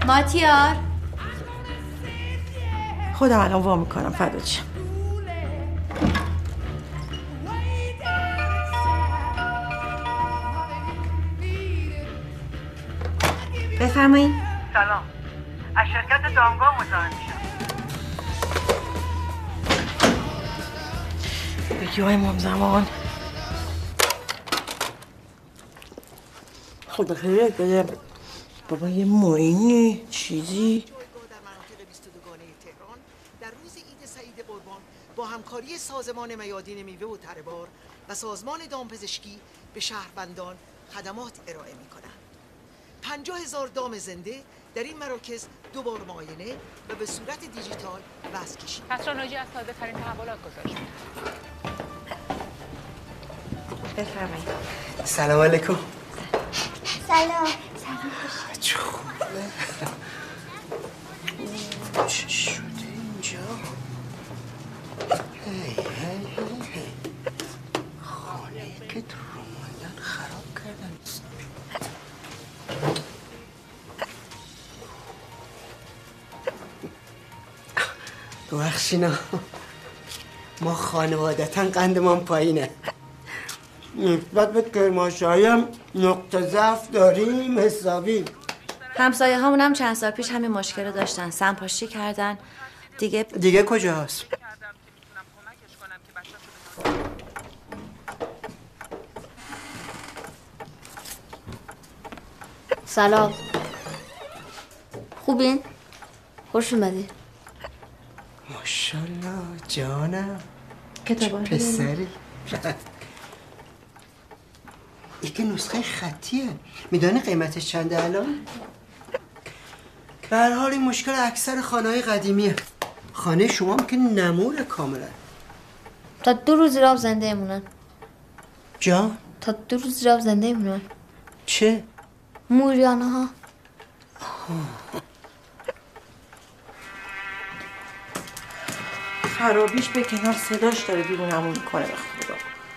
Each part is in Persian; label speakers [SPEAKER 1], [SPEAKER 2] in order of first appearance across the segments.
[SPEAKER 1] ماتیار
[SPEAKER 2] خودم الان وا میکنم فدات شم.
[SPEAKER 1] بفرمایید.
[SPEAKER 3] سلام، از شرکت دامگاه مزاحم میشم.
[SPEAKER 2] بگی های مامزمان خدا خیرت بده بابا، یه معینی چیزی
[SPEAKER 4] در روز عید سعید قربان با همکاری سازمان میادین میوه و تره‌بار و سازمان دامپزشکی به شهروندان خدمات ارائه می‌کنند. 50,000 دام زنده در این مراکز 2 بار معاینه و به صورت دیجیتال وصل کشی.
[SPEAKER 5] پتروناژی از ساده ترین تحولات گذاشت.
[SPEAKER 1] بفرمایید.
[SPEAKER 4] سلام علیکم.
[SPEAKER 6] سلام.
[SPEAKER 4] چه خوبه. چه شده اینجا؟ هی خانه که تو روماندن خراب کردن. ببخشینا ما خانوادتا قندمان پایینه، نسبت به کرماشایی هم نقطه ضعف داریم حسابی.
[SPEAKER 1] همسایه هامون هم چند سال پیش همین مشکل رو داشتن، سمپاشی کردن.
[SPEAKER 4] دیگه کجا هست؟
[SPEAKER 6] سلام. خوبین؟ خوش اومدی.
[SPEAKER 4] ماشالله جانم.
[SPEAKER 1] کتابا
[SPEAKER 4] پسری. این که نسخه خطیه. میدانی قیمتش چنده الان؟ به هر حال این مشکل اکثر خانه‌های قدیمیه. خانه شما هم که نموره کاملا.
[SPEAKER 6] تا 2 روز راب زنده ایمونن.
[SPEAKER 4] جان؟
[SPEAKER 6] تا 2 روز راب زنده ایمونن.
[SPEAKER 4] چه؟
[SPEAKER 6] موریانه ها.
[SPEAKER 2] خرابیش به کنار صداش داره بیرونمون میکنه به خدا.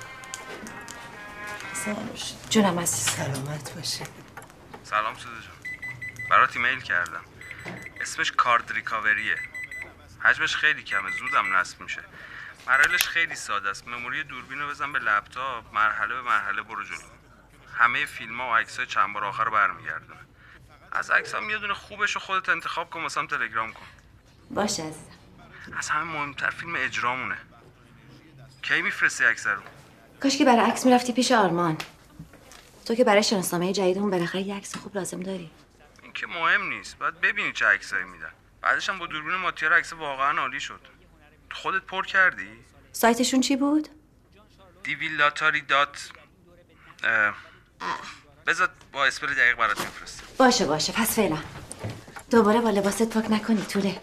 [SPEAKER 2] سلام باشید.
[SPEAKER 1] جونم عزیز.
[SPEAKER 4] سلامت باشه.
[SPEAKER 7] سلام سوده جان، برات ایمیل کردم. اسمش کارد ریکاوریه. حجمش خیلی کمه، زودم نصب میشه. مراحلش خیلی ساده است. مموری دوربین رو بزن به لپتاپ، مرحله به مرحله برو جلو. همه فیلم‌ها و عکس‌های چند بار آخر رو برمیگردونه. از عکس‌ها یه دونه خوبش رو خودت انتخاب کن، واسم تلگرام کن.
[SPEAKER 1] باشه عزیزم.
[SPEAKER 7] از همه مهمتر فیلم اجرامونه. کی میفرستی عکس رو؟
[SPEAKER 1] کاش که برای عکس میرفتی پیش آرمان. تو که برای شناسنامه جدیدمون بالاخره یه عکس خوب لازم داری.
[SPEAKER 7] این که مهم نیست، باید ببینی چه عکسایی میدن. بعدش هم با دوربین ماتیار عکس واقعا عالی شد. خودت پر کردی؟
[SPEAKER 1] سایتشون چی بود؟
[SPEAKER 7] دیویلاتاری دات بذار با اسپل دقیق برات میفرستم.
[SPEAKER 1] باشه پس فعلا دوباره با لباست پاک نکنی طوله.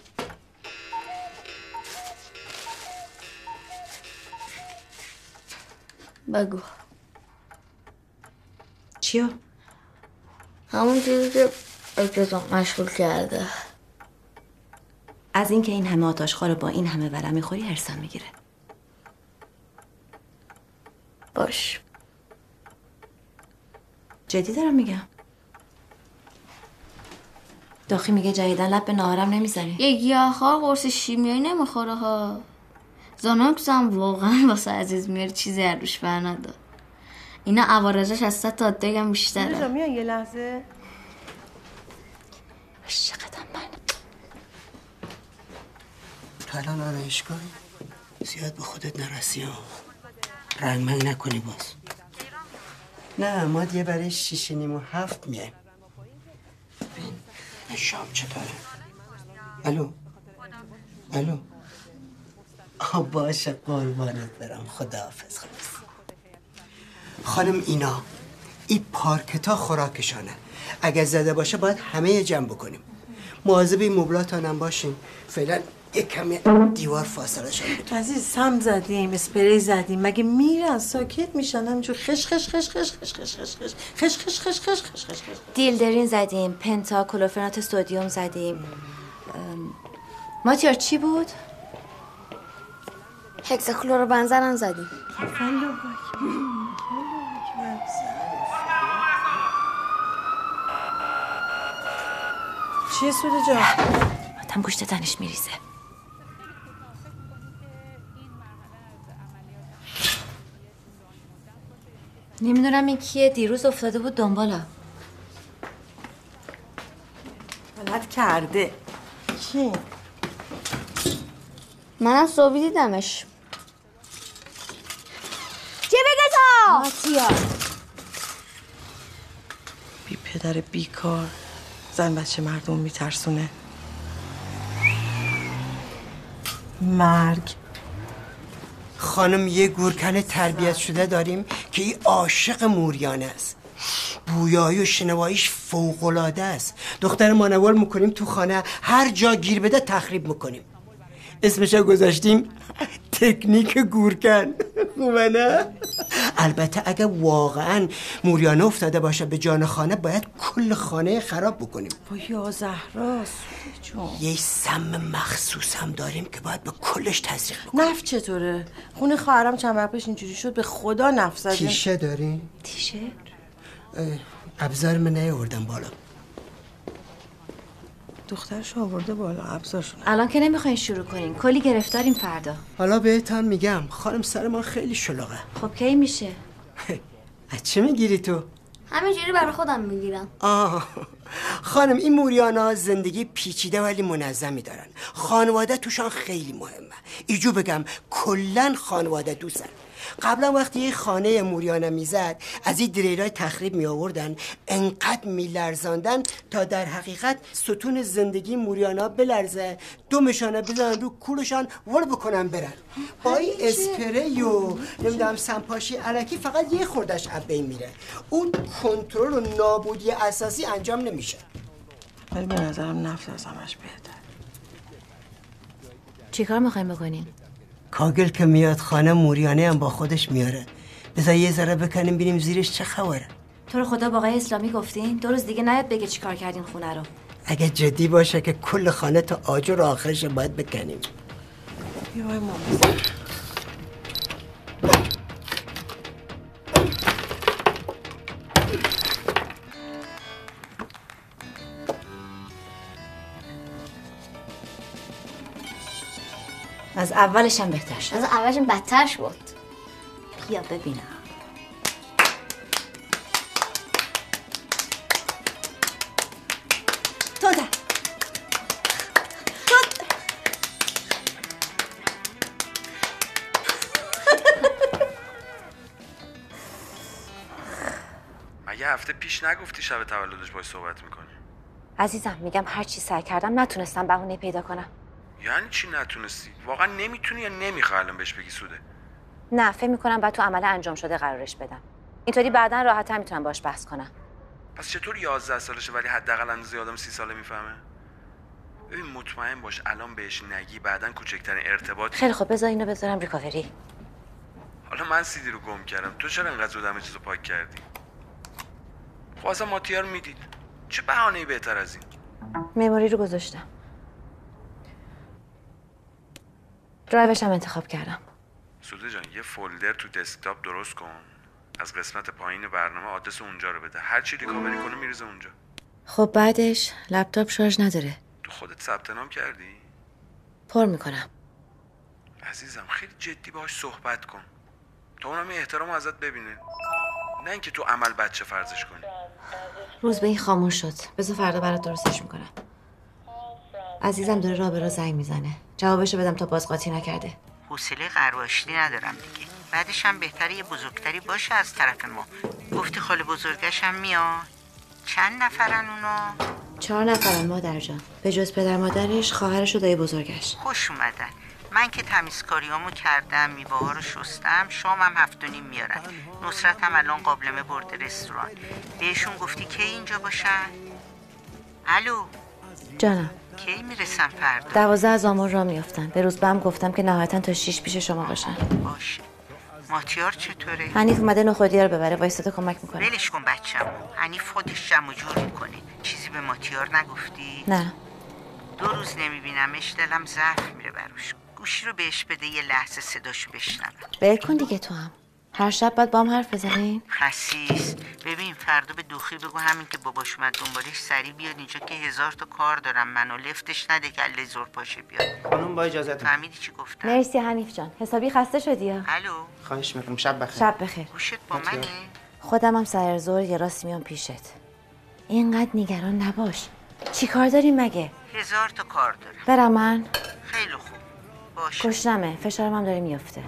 [SPEAKER 6] بگو.
[SPEAKER 1] چیو؟
[SPEAKER 6] همون چیزی که اجازه مشغول کرده.
[SPEAKER 1] از اینکه این همه آتاشخوار رو با این همه ورم میخوری هرسم میگیره.
[SPEAKER 6] باش.
[SPEAKER 1] جدی دارم میگم. داخی میگه جدیدن لب به ناهارم نمیزنی.
[SPEAKER 6] یه گیاهخوار قرص شیمیایی نمیخوره ها. زاناکس هم واقعا واسه عزیز میاره چیزی از روش بر نداد. اینا عوارضش از 100 تا دیگه بیشتره.
[SPEAKER 2] اینجا میان یه لحظه.
[SPEAKER 1] عشقتم من.
[SPEAKER 4] تو الان آرایشگاهی؟ زیاد به خودت نرسی ها. رنگ نکنی باز. نه ما دیگه برای 6:30 و 7 میایم. ببین شام چطوره؟ الو باشه قربانت برم. خداحافظ. خانم اینا این پارکتا خوراکشانه. اگه زده باشه باید همه جمع بکنیم. مواظب این مبلات هم باشیم. فعلا یک کمی دیوار فاصله شون بدیم.
[SPEAKER 2] عزیز سم زدیم، اسپری زدیم، مگه میرن ساکت میشن همینجور خش خش خش خش خش خش خش خش خش خش خش خش خش خش.
[SPEAKER 1] دیلدرین زدیم، پنتا کلوفرنات سدیم زدیم. ماتیار چی بود؟
[SPEAKER 6] هکساکلوروبنزن هم زدیم.
[SPEAKER 2] چیه سوده جان؟
[SPEAKER 1] آدم گوشت تنش میریزه. نمیدونم این کیه، دیروز افتاده بود دنبالم.
[SPEAKER 2] غلط کرده. کی؟
[SPEAKER 6] من از صبحی دیدمش. چه بگه تا؟
[SPEAKER 1] ماتیا
[SPEAKER 2] بی پدر بیکار، زن بچه مردم میترسونه. مرگ.
[SPEAKER 8] خانم یه گورکن تربیت شده داریم که این عاشق موریانه است. بویایی و شنواییش فوق‌العاده است. دختر مانوال میکنیم تو خانه، هر جا گیر بده تخریب میکنیم. اسمش گذاشتیم تکنیک گورکن. خوبه نه؟ البته اگه واقعا موریانه افتاده باشه به جان خانه باید کل خانه خراب بکنیم.
[SPEAKER 2] با یا زهراست جون.
[SPEAKER 8] یه سم مخصوص هم داریم که باید به کلش تزریق بکنیم.
[SPEAKER 2] نفت چطوره؟ خونه خواهرم چند وقت پیش اینجوری شد، به خدا نفت زدیم.
[SPEAKER 8] تیشه داریم؟
[SPEAKER 1] تیشه؟
[SPEAKER 8] ابزار من نیاوردم بالا.
[SPEAKER 2] دخترش آورده بالا ابزارشون.
[SPEAKER 1] الان که نمیخواین شروع کنین، کلی گرفتاریم فردا.
[SPEAKER 8] حالا بهتون میگم خانم سر ما خیلی شلوغه.
[SPEAKER 1] خب کی میشه؟
[SPEAKER 8] از چه میگیری تو؟
[SPEAKER 6] همینجوری برای خودم میگیرم.
[SPEAKER 8] خانم این موریانا زندگی پیچیده ولی منظمی دارن. خانواده توشان خیلی مهمه. ایجو بگم کلن خانواده دوستن. قبلا وقتی یه خانه موریانه میزد از این دریلای تخریب می آوردن، انقدر میلرزاندن تا در حقیقت ستون زندگی موریانا بلرزه، دومشانه بزنن رو کولشان ول بکنن برن. با این اسپری و نمیدونم سمپاشی الکی فقط یه خوردش از بین میره. اون کنترل و نابودی اساسی انجام نمیشه.
[SPEAKER 2] ولی به نظرم نفت از همش بهتر.
[SPEAKER 1] چیکار میخواین بکنین؟
[SPEAKER 8] کاگل که میاد خانه موریانه هم با خودش میاره. بذار یه ذره بکنیم ببینیم زیرش چه خبره.
[SPEAKER 1] تو رو خدا با آقای اسلامی گفتین 2 روز دیگه نیاد بگه چیکار کردین خونه رو.
[SPEAKER 8] اگه جدی باشه که کل خانه تا آجر آخرش باید بکنیم.
[SPEAKER 2] بیا مامان.
[SPEAKER 1] از اولش هم بهتر شد.
[SPEAKER 6] از اولش بدتر شد.
[SPEAKER 1] بیا ببینم.
[SPEAKER 2] تو ده.
[SPEAKER 7] مگه هفته پیش نگفتی شب تولدش باهاش صحبت میکنی؟
[SPEAKER 1] عزیزم میگم هر چی سعی کردم نتونستم بهونه پیدا کنم.
[SPEAKER 7] یعنی چی نتونستی؟ واقعا نمیتونی یا نمیخوای الان بهش بگی سوده؟
[SPEAKER 1] نه فکر میکنم بعد تو عمل انجام شده قرارش بدم. اینطوری بعداً راحت‌تر میتونم باش بحث کنم.
[SPEAKER 7] پس چطور 11 سالشه ولی حداقل اندازه آدم 30 ساله میفهمه؟ ببین مطمئن باش الان بهش نگی بعداً کوچکترین ارتباط.
[SPEAKER 1] خیلی خوب بذار اینو بذارم ریکاوری.
[SPEAKER 7] حالا من سیدی رو گم کردم، تو چرا اینقدر زود همه چیزو پاک کردی؟ خب اصلا ماتیا رو میدید، چه بهانه‌ای بهتر از این؟
[SPEAKER 1] مموری رو گذاشتم. درایوش هم انتخاب کردم.
[SPEAKER 7] سوده جان یه فولدر تو دسکتاپ درست کن، از قسمت پایین برنامه آدرس اونجا رو بده، هر چی ریکاوری کنه میریزه اونجا.
[SPEAKER 1] خب بعدش لپتاپ شارژ نداره.
[SPEAKER 7] تو خودت ثبت نام کردی؟
[SPEAKER 1] پر میکنم.
[SPEAKER 7] عزیزم خیلی جدی باهاش صحبت کن تا اونم احترام ازت ببینه، نه اینکه تو عمل بچه فرضش کنی.
[SPEAKER 1] روز به این خاموش شد. بذار فردا برات درستش میکنم. عزیزم داره راه به راه زنگ میزنه. جوابشو بدم تا باز قاطی نکرده.
[SPEAKER 3] حوصله قرواشلی ندارم دیگه. بعدش هم بهتره یه بزرگتری باشه از طرف ما. گفتی خاله بزرگش هم میاد. چند نفرن اونا؟
[SPEAKER 1] 4 نفرن مادر جان. به جز پدر مادرش، خواهرش و دایی بزرگش.
[SPEAKER 3] خوش اومدن. من که تمیزکاریامو کردم، میوه‌ها رو شستم، شامم 7:30 میارن. نصرت هم الان قابلمه برده رستوران. بهشون گفتی کی اینجا باشن؟ الو
[SPEAKER 1] جانم.
[SPEAKER 3] کی میرسن فردا؟
[SPEAKER 1] 12 از آمار را میافتن. به روز بهم گفتم که نهایتا تا 6 پیش شما باشن.
[SPEAKER 3] باشه. ماتیار چطوره؟
[SPEAKER 1] حنیف اومده نخودی‌ها رو ببره. وایساده کمک میکنه.
[SPEAKER 3] ولش کن بچه‌مو. حنیف خودش جمع و جور میکنه. چیزی به ماتیار نگفتی؟
[SPEAKER 1] نه.
[SPEAKER 3] 2 روز نمیبینمش دلم ضعف میره براش. گوشی رو بهش بده یه لحظه صداشو بشنوم.
[SPEAKER 1] ول کن دیگه تو هم. هر شب باید با هم حرف بزنین؟
[SPEAKER 3] خسیس. ببین فردا به دوخی بگو همین که باباش اومد دنبالش سریع بیاد اینجا که 1000 تا کار دارم منو لفتش نده که علی زور پاشه بیاد.
[SPEAKER 8] خانم با اجازهتون.
[SPEAKER 3] فهمیدی چی گفتم؟
[SPEAKER 1] مرسی حنیف جان. حسابی خسته شدی یا؟
[SPEAKER 3] الو
[SPEAKER 8] خواهش میکنم شب بخیر.
[SPEAKER 1] شب بخیر.
[SPEAKER 3] گوشت با منه؟
[SPEAKER 1] خودم هم سر ظهر یه راست میام پیشت. اینقدر نگران نباش. چی کار داری مگه؟
[SPEAKER 3] 1000 تا کار دارم.
[SPEAKER 1] برم من؟
[SPEAKER 3] خیلی خوب. باشه.
[SPEAKER 1] گشنمه. فشارم هم داره میافته.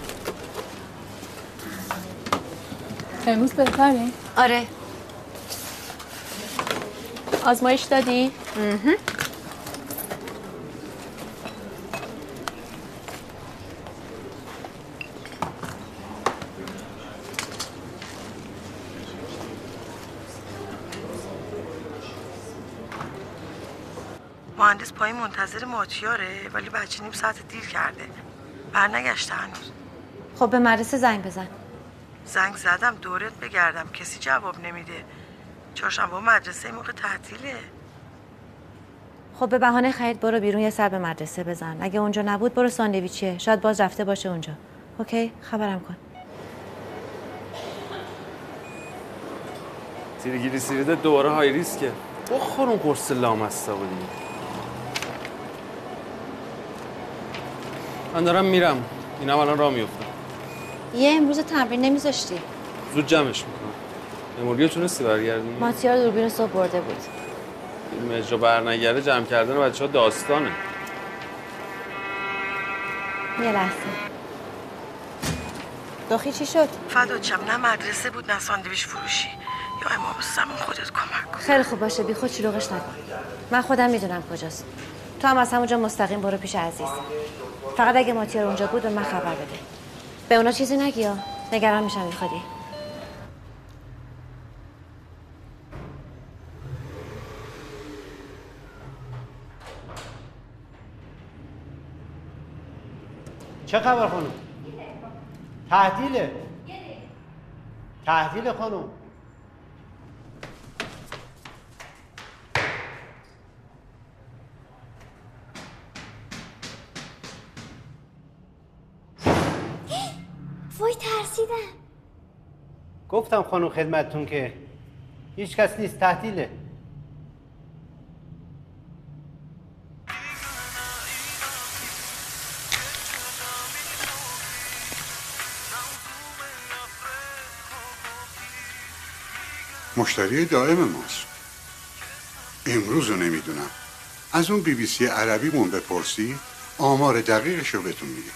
[SPEAKER 5] امروز بهتری؟
[SPEAKER 1] آره.
[SPEAKER 5] آزمایش دادی؟
[SPEAKER 2] مهندس پایین منتظر ماتیاره ولی بچه نیم ساعت دیر کرده. برنگشته هنوز.
[SPEAKER 1] خب به مدرسه زنگ بزن.
[SPEAKER 2] زنگ زدم دورت بگردم کسی جواب نمیده. چهارشنبه مدرسه موقع تعطیله.
[SPEAKER 1] خب به بهانه خرید برو بیرون یه سر به مدرسه بزن. اگه اونجا نبود برو ساندویچیه. شاید باز رفته باشه اونجا. اوکی؟ خبرم کن.
[SPEAKER 7] تیرگیری سیریده دوباره های ریسکه. بخور اون قرص لامسته بودی. من دارم میرم. اینم الان راه میفتم.
[SPEAKER 1] یه امروز تمرین نمیذاشتی؟
[SPEAKER 7] زود جمعش میکنم. مموریو تونستی برگردونی؟
[SPEAKER 1] ماتیار دوربین صبح برده بود.
[SPEAKER 7] این اجرا برنگرده جمع کردن بچه‌ها داستانه.
[SPEAKER 1] یه لحظه. داخی چی شد؟
[SPEAKER 2] فدات شم نه مدرسه بود نه ساندویچ فروشی. یا امام زمان خودت کمک کن.
[SPEAKER 1] خیلی خوب باشه بی خود شلوغش نکن. من خودم میدونم کجاست. تو هم از همونجا مستقیم برو پیش عزیز. فقط اگه ماتیار اونجا بود به من خبر بده. به اونا چیزی نگی ها. نگران میشم بی خودی.
[SPEAKER 9] چه خبر خانم؟ تعطیله. تعطیله خانم.
[SPEAKER 6] وای ترسیدم.
[SPEAKER 9] گفتم خانم خدمتتون که هیچ کس نیست تعطیله.
[SPEAKER 10] مشتری دائم ماست. امروز رو نمیدونم. از اون BBC عربیمون بپرسی آمار دقیقش رو بهتون میگه.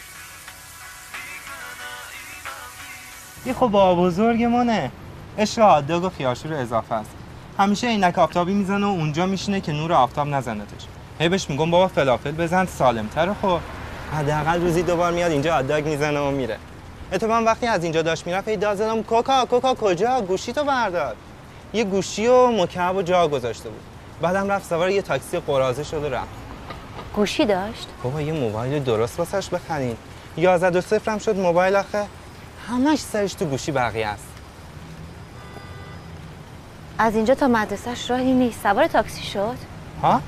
[SPEAKER 11] یه خب با بزرگمونه. عشق هات‌داگ و خیارشور رو اضافه است. همیشه عینک آفتابی میزنه و اونجا میشینه که نور آفتاب نزنتش. هی بهش میگم بابا فلافل بزن سالم‌تره. خب حداقل روزی 2 بار میاد اینجا هات‌داگ میزنه و میره. اتفاقا وقتی از اینجا داشت میرفت هی داد زدم کوکا کجا گوشی تو بردار. یه گوشی و مکعب و جا گذاشته بود. بعدم رفت سوار یه تاکسی قراضه شد و رفت.
[SPEAKER 1] گوشی داشت؟
[SPEAKER 11] بابا یه موبایل درست واسش بخرین. 11 هم شد موبایل آخه. همش سرش تو گوشی بقیه است.
[SPEAKER 1] از اینجا تا مدرسه‌اش راهی نیست. سوار تاکسی شد؟
[SPEAKER 11] ها؟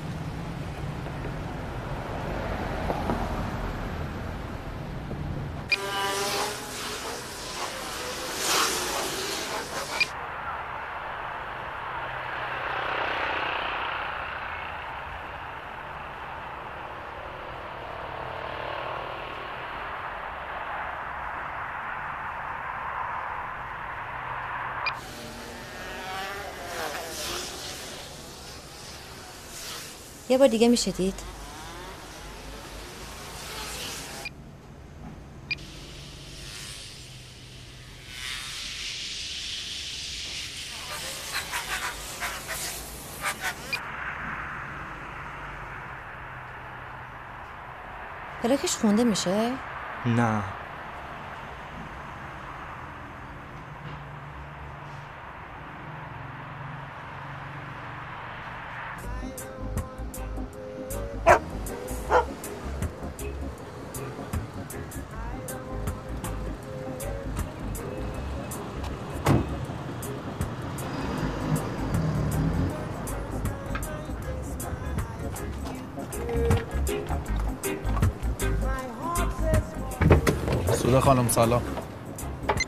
[SPEAKER 1] یه بار دیگه میشه دید؟ پلاکش خونده میشه؟
[SPEAKER 11] نه.
[SPEAKER 12] سوده خانم سلام.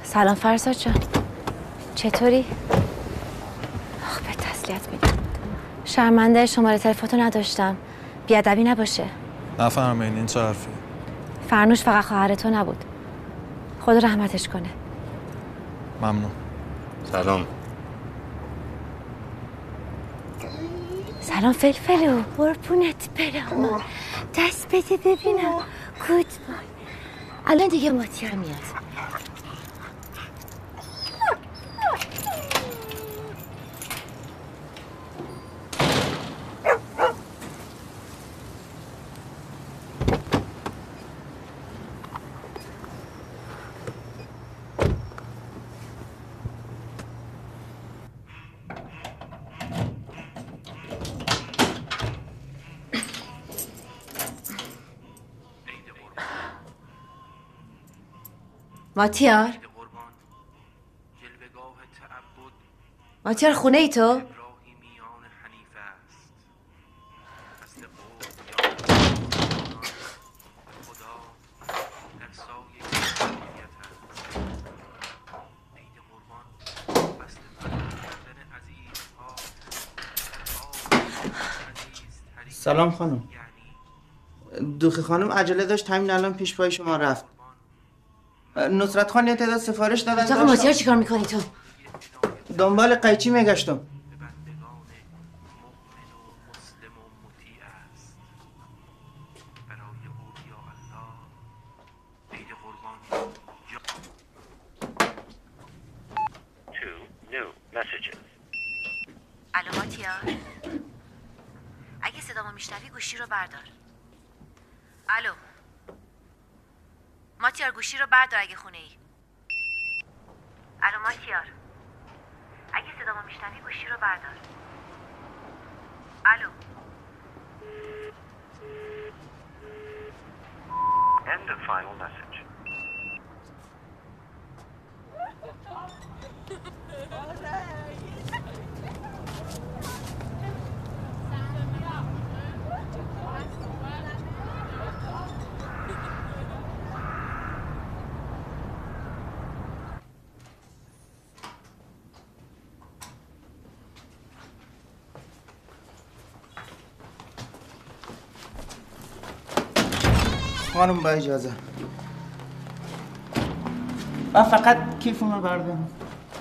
[SPEAKER 1] سلام فرزاد جان، چطوری؟ آخ به تسلیت میدم. شرمنده شماره تلفنتو نداشتم. بیادبی نباشه.
[SPEAKER 12] نفهمین این چه حرفی؟
[SPEAKER 1] فرنوش فقط خواهر تو نبود. خدا رحمتش کنه.
[SPEAKER 12] ممنون.
[SPEAKER 13] سلام.
[SPEAKER 1] سلام فلفلو، قربونت برم. دست بده ببینم. گود بای. الان دیگه ماتیار میاد. ماتیار ماتیار خونه ای تو؟
[SPEAKER 14] سلام خانم. دوخی خانم عجله داشت، همین الان پیش پای شما رفت. نصرت خان یه تعداد سفارش دادن.
[SPEAKER 1] اتاق ماتیار چیکار میکنی تو؟
[SPEAKER 14] دنبال قیچی میگشتم.
[SPEAKER 1] الو ماتیار، اگه صدامو میشنوی گوشی رو بردار. الو ماتیار، گوشی رو بردار اگه خونه ای. الو ماتیار، اگه صدامو میشنوی گوشی رو بردار. الو.
[SPEAKER 15] End of final message.
[SPEAKER 14] خانم با اجازه. و فقط کیفمو رو بردارم.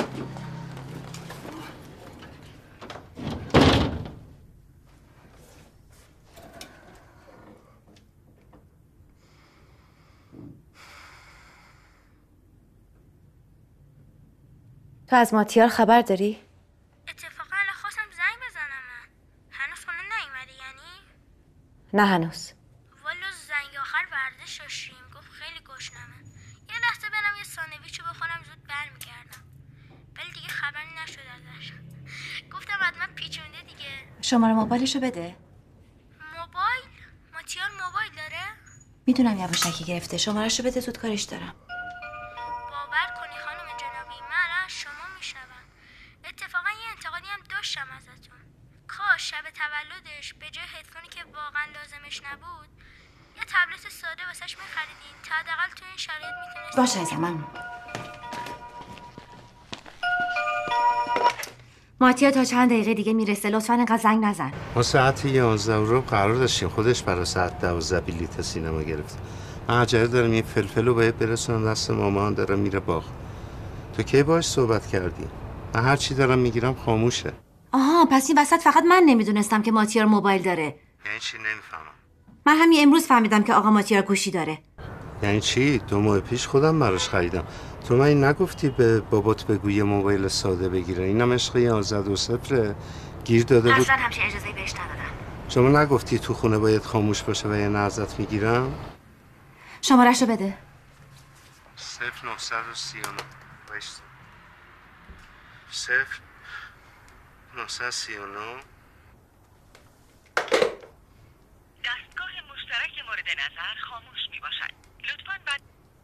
[SPEAKER 1] تو از ماتیار خبر داری؟
[SPEAKER 6] اتفاقا الان خواستم زنگ بزنم. من هنوز خونه نیومدی یعنی؟
[SPEAKER 1] نه هنوز.
[SPEAKER 6] والا زنگ آخر ورزش داشتیم، گفت خیلی گشنمه. یه لحظه برم یه ساندویچو بخورم زود برمیگردم. ولی دیگه خبری نشد ازش. گفتم حتما پیچونده دیگه.
[SPEAKER 1] شماره موبایلشو بده.
[SPEAKER 6] موبایل؟ ماتیار موبایل داره؟
[SPEAKER 1] میدونم یواشکی گرفته، شمارهشو بده، زود کارش دارم.
[SPEAKER 6] باور کنی خانم جنابی، من الان از شما میشنوم. اتفاقا یه انتقادی هم داشتم ازتون. کاش شب تولدش به جای هدفونی که واقعا لازمش نبود یه تبلت ساده واسش میخریدین تا حداقل تو این شرایط میتونست.
[SPEAKER 1] باشه عزیزم، من ماتیا تا چند دقیقه دیگه میرسه، لطفا اینقدر زنگ نزن.
[SPEAKER 13] ما ساعت 11 قرار داشتیم، خودش برای ساعت 12 بلیت سینما گرفت. من عجله دارم این فلفل رو باید برسونم دست مامان، داره میره باغ. تو کی باهاش صحبت کردی؟ من هر چی دارم میگیرم خاموشه.
[SPEAKER 1] آها، پس این وسط فقط من نمیدونستم که ماتیار موبایل داره.
[SPEAKER 13] یعنی چی؟ نمیفهمم.
[SPEAKER 1] من همین امروز فهمیدم که آقا ماتیار گوشی داره.
[SPEAKER 13] یعنی چی؟ 2 ماه پیش خودم براش خریدم. تو من این نگفتی به بابات بگو یه موبایل ساده بگیره؟ اینم عشق 11 گیر داده بود.
[SPEAKER 1] اصلا همچین اجازه‌ای بهش ندادم.
[SPEAKER 13] شما نگفتی تو خونه باید خاموش باشه و یه ازت میگیرم؟
[SPEAKER 1] شماره‌شو بده.
[SPEAKER 13] 0939 0939
[SPEAKER 3] دستگاه مشترک مورد نظر خاموش می باشد. لطفاً بعد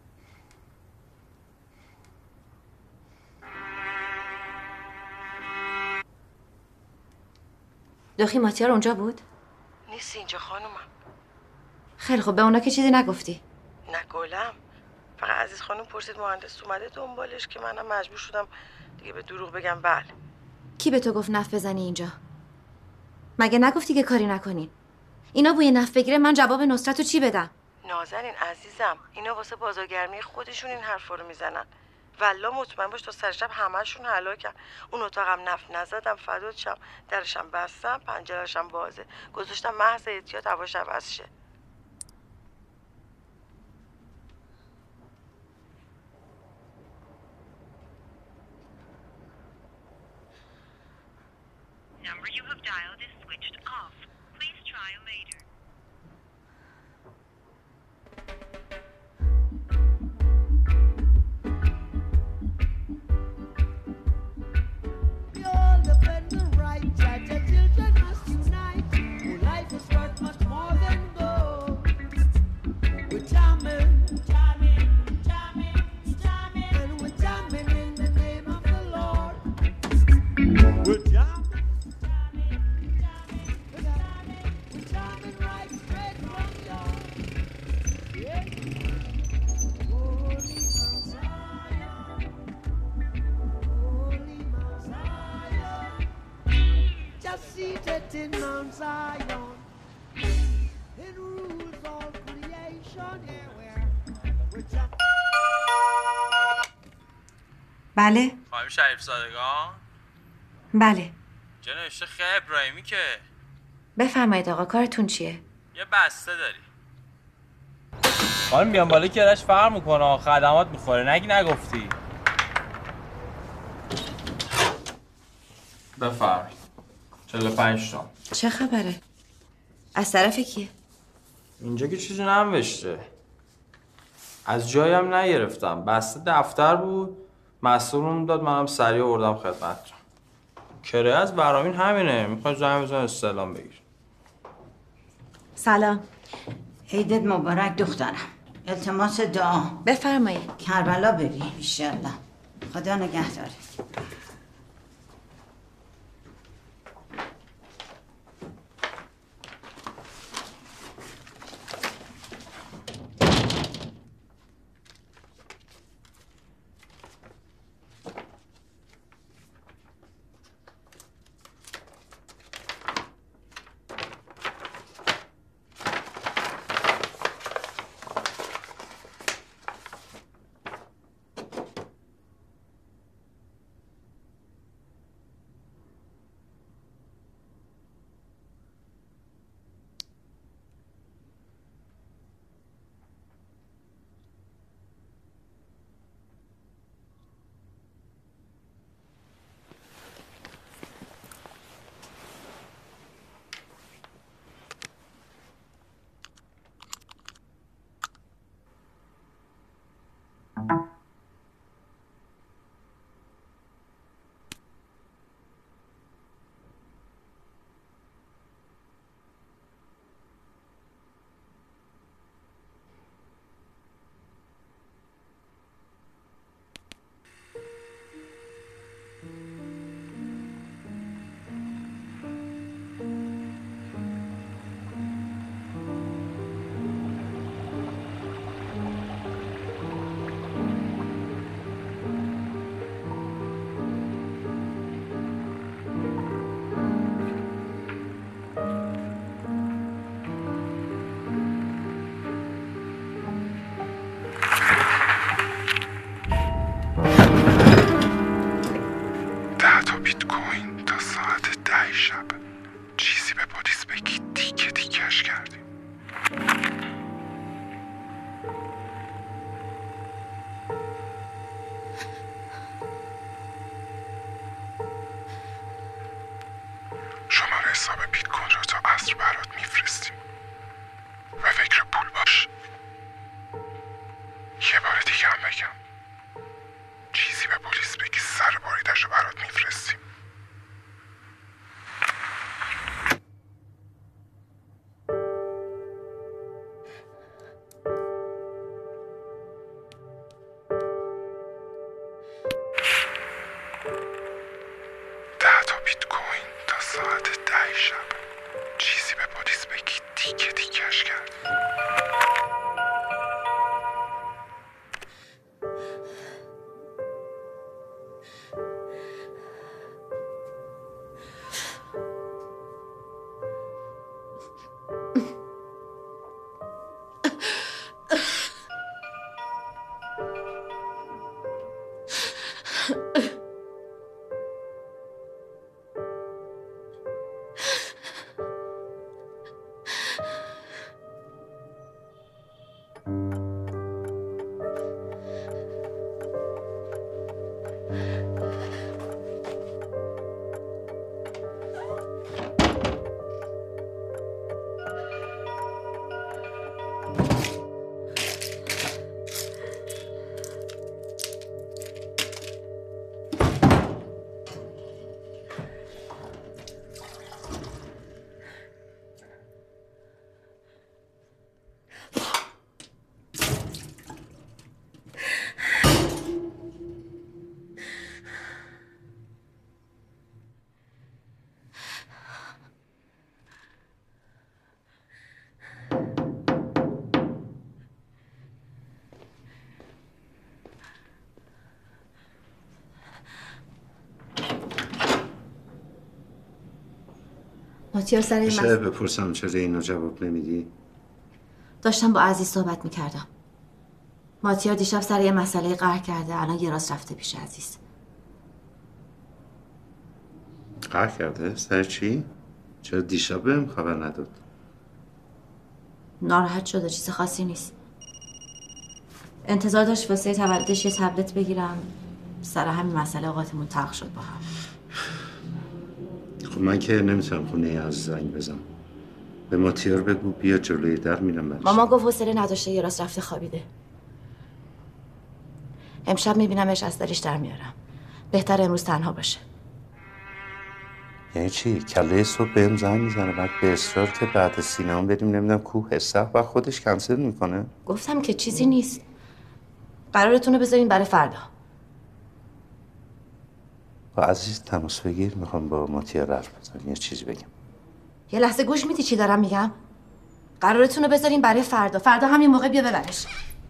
[SPEAKER 1] دخی ماتیار اونجا بود؟
[SPEAKER 16] نیست اینجا خانومم.
[SPEAKER 1] خیلی خب، به اونا که چیزی نگفتی؟
[SPEAKER 16] نه گلم،
[SPEAKER 2] فقط عزیز خانم پرسید مهندس اومده دنبالش که منم مجبور شدم دیگه به دروغ بگم بله.
[SPEAKER 1] کی به تو گفت نف بزنی اینجا؟ مگه نگفتی که کاری نکنین؟ اینا بوی نف بگیره من جواب نصرتو چی بدم؟
[SPEAKER 2] نازنین عزیزم اینا واسه بازارگرمی خودشون این حرفا رو میزنن. والله مطمئن باش تا سر شب همه‌شون هلاکن. اون اتاقم نفت نزدم فدات شم، درشم بستم، پنجره‌شم بازه، گذاشتم محض احتیاط هواش عوض شه.
[SPEAKER 16] Number you have dialed is switched off. Please try later.
[SPEAKER 17] In Mount Zion, it rules all creation.
[SPEAKER 2] بله
[SPEAKER 18] خانم شریف زادگان؟
[SPEAKER 1] بله.
[SPEAKER 18] جناب خیلی ابراهیمی که
[SPEAKER 1] بفرمایید آقا کارتون چیه؟
[SPEAKER 18] یه بسته داری. خانم بیان بالا کرش فرق میکنه خدمات میخوره نگی نگفتی. بفرمایید 45 تا.
[SPEAKER 1] چه خبره؟ از طرف کیه؟
[SPEAKER 18] اینجا که چیزی ننوشته. از جایم نگرفتم. بسته دفتر بود. مسئولون داد منم سریع آوردم خدمتتون. کرایه از برامین همینه. میخوای زنگ بزن استعلام بگیر.
[SPEAKER 1] سلام.
[SPEAKER 19] عیدت مبارک دخترم. التماس دعا.
[SPEAKER 1] بفرمایید.
[SPEAKER 19] کربلا بری انشالله. خدا نگهداره.
[SPEAKER 20] حساب بیت کوین رو تا عصر برات میفرستیم و فکر پول باش. یه بار دیگه هم بگم چیزی به پلیس بگی سر باریدش رو برات میفرستیم.
[SPEAKER 1] ماتیار سر این
[SPEAKER 13] میشه بپرسم چرا اینو جواب نمیدی؟
[SPEAKER 1] داشتم با عزیز صحبت میکردم. ماتیار دیشب سر یه مسئله قهر کرده، الان یه راست رفته پیش عزیز.
[SPEAKER 13] قهر کرده؟ سر چی؟ چرا دیشب بهم خبر نداد؟
[SPEAKER 1] ناراحت شده، چیز خاصی نیست. انتظار داشت واسه تولدش یه تبلت بگیرم، سر همین مسئله اوقاتمون تلخ شد با هم.
[SPEAKER 13] خب من که نمیتونم خونه از زنگ بزنم. به ماتیار بگو بیا جلوی در میرم بچه.
[SPEAKER 1] ماما گفت حوصله نداشته، یه راست رفته خوابیده. امشب میبینمش، از دلش در میارم. بهتر امروز تنها باشه.
[SPEAKER 13] یعنی چی؟ کله صبح بهم زنگ میزنه بعد به اصرار که بعد سینما بریم نمیدونم کوه استخر و خودش کنسل میکنه؟
[SPEAKER 1] گفتم که چیزی نیست. قرارتون رو بذارین برای فردا.
[SPEAKER 13] با عزیز تماس بگیر، میخوام با ماتیار حرف بزنم، یه چیزی بگم.
[SPEAKER 1] یه لحظه گوش میدی چی دارم میگم؟ قرارتون رو بذارین برای فردا. فردا همین موقع بیا ببرش.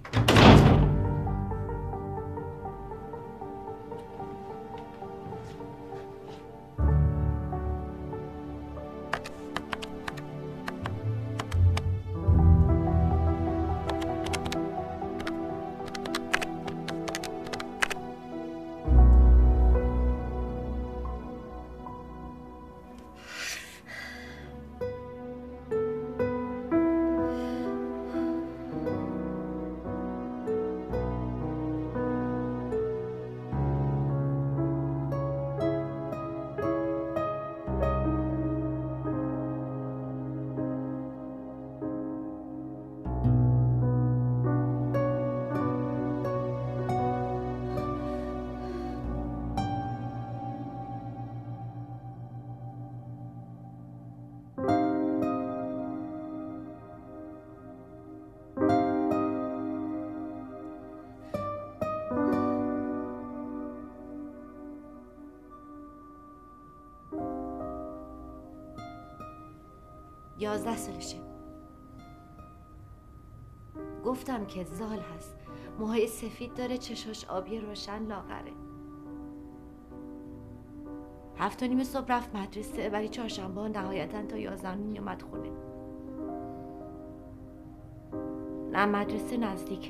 [SPEAKER 1] یازده سالشه. گفتم که زال هست، موهای سفید داره، چشاش آبی روشن، لاغره. 7:30 صبح رفت مدرسه، ولی چهارشنبه نهایتا تا 11 میومد خونه. نه مدرسه نزدیکه.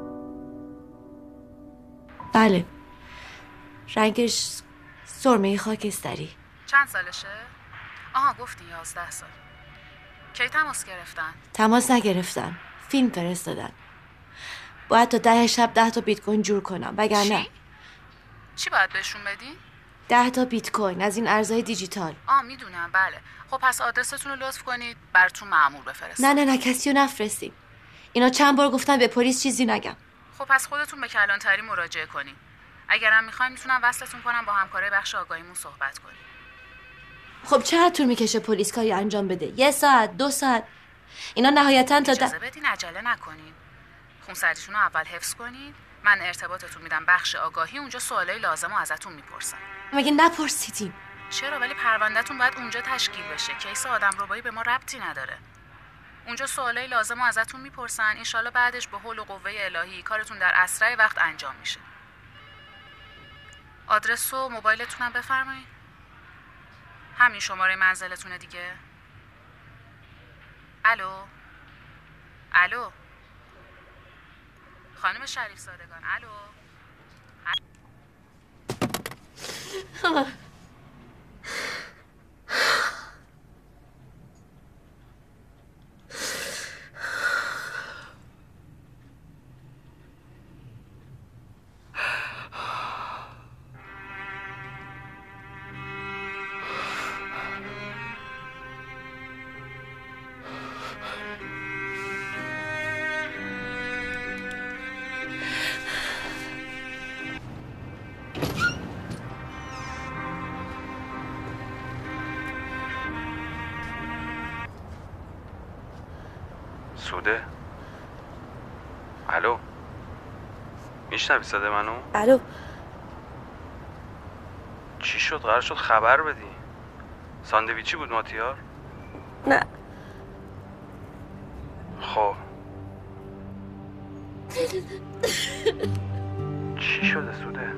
[SPEAKER 1] بله، رنگش سرمه خاکستری.
[SPEAKER 21] چند سالشه؟ آها گفتی 11 سال. کی تماس گرفتن؟
[SPEAKER 1] تماس نگرفتن، فیلم فرستادن. باید تا 10 شب 10 تا بیت کوین جور کنم، وگرنه
[SPEAKER 21] چی باید بهشون بدین؟
[SPEAKER 1] 10 تا بیت کوین از این ارزهای دیجیتال.
[SPEAKER 21] میدونم بله. خب پس آدرستون رو لطف کنید براتون مأمور بفرستم.
[SPEAKER 1] نه کسی رو نفرستیم. اینا چند بار گفتن به پلیس چیزی نگم.
[SPEAKER 21] خب پس خودتون به کلانتری مراجعه کنین. اگرم میخواین میتونم وصلتون کنم با همکارای بخش آگاهیمون صحبت کنیم.
[SPEAKER 1] خب چقدر طول میکشه پلیس کاری انجام بده؟ 1 ساعت 2 ساعت؟ اینا نهایتا تا
[SPEAKER 21] اجازه بدین عجله نکنین. خونسردیتون رو اول حفظ کنین. من ارتباطتون میدم بخش آگاهی، اونجا سوالای لازم رو ازتون میپرسن.
[SPEAKER 1] مگه نپرسیدیم؟
[SPEAKER 21] چرا؟ ولی پروندهتون باید اونجا تشکیل بشه. کیس آدمربایی به ما ربطی نداره. اونجا سوالای لازم رو ازتون میپرسن. انشالله بعدش به حول و قوه الهی کارتون در اسرع وقت انجام میشه. آدرس و موبایلتون هم بفرمایید. همین شماره منزلتونه دیگه. الو الو خانم شریف زادگان الو
[SPEAKER 7] سوده؟ الو میشنوی صدای منو؟
[SPEAKER 1] الو
[SPEAKER 7] چی شد؟ قرار شد خبر بدی. ساندویچی بود ماتیار؟
[SPEAKER 1] نه.
[SPEAKER 7] خب چی شده سوده؟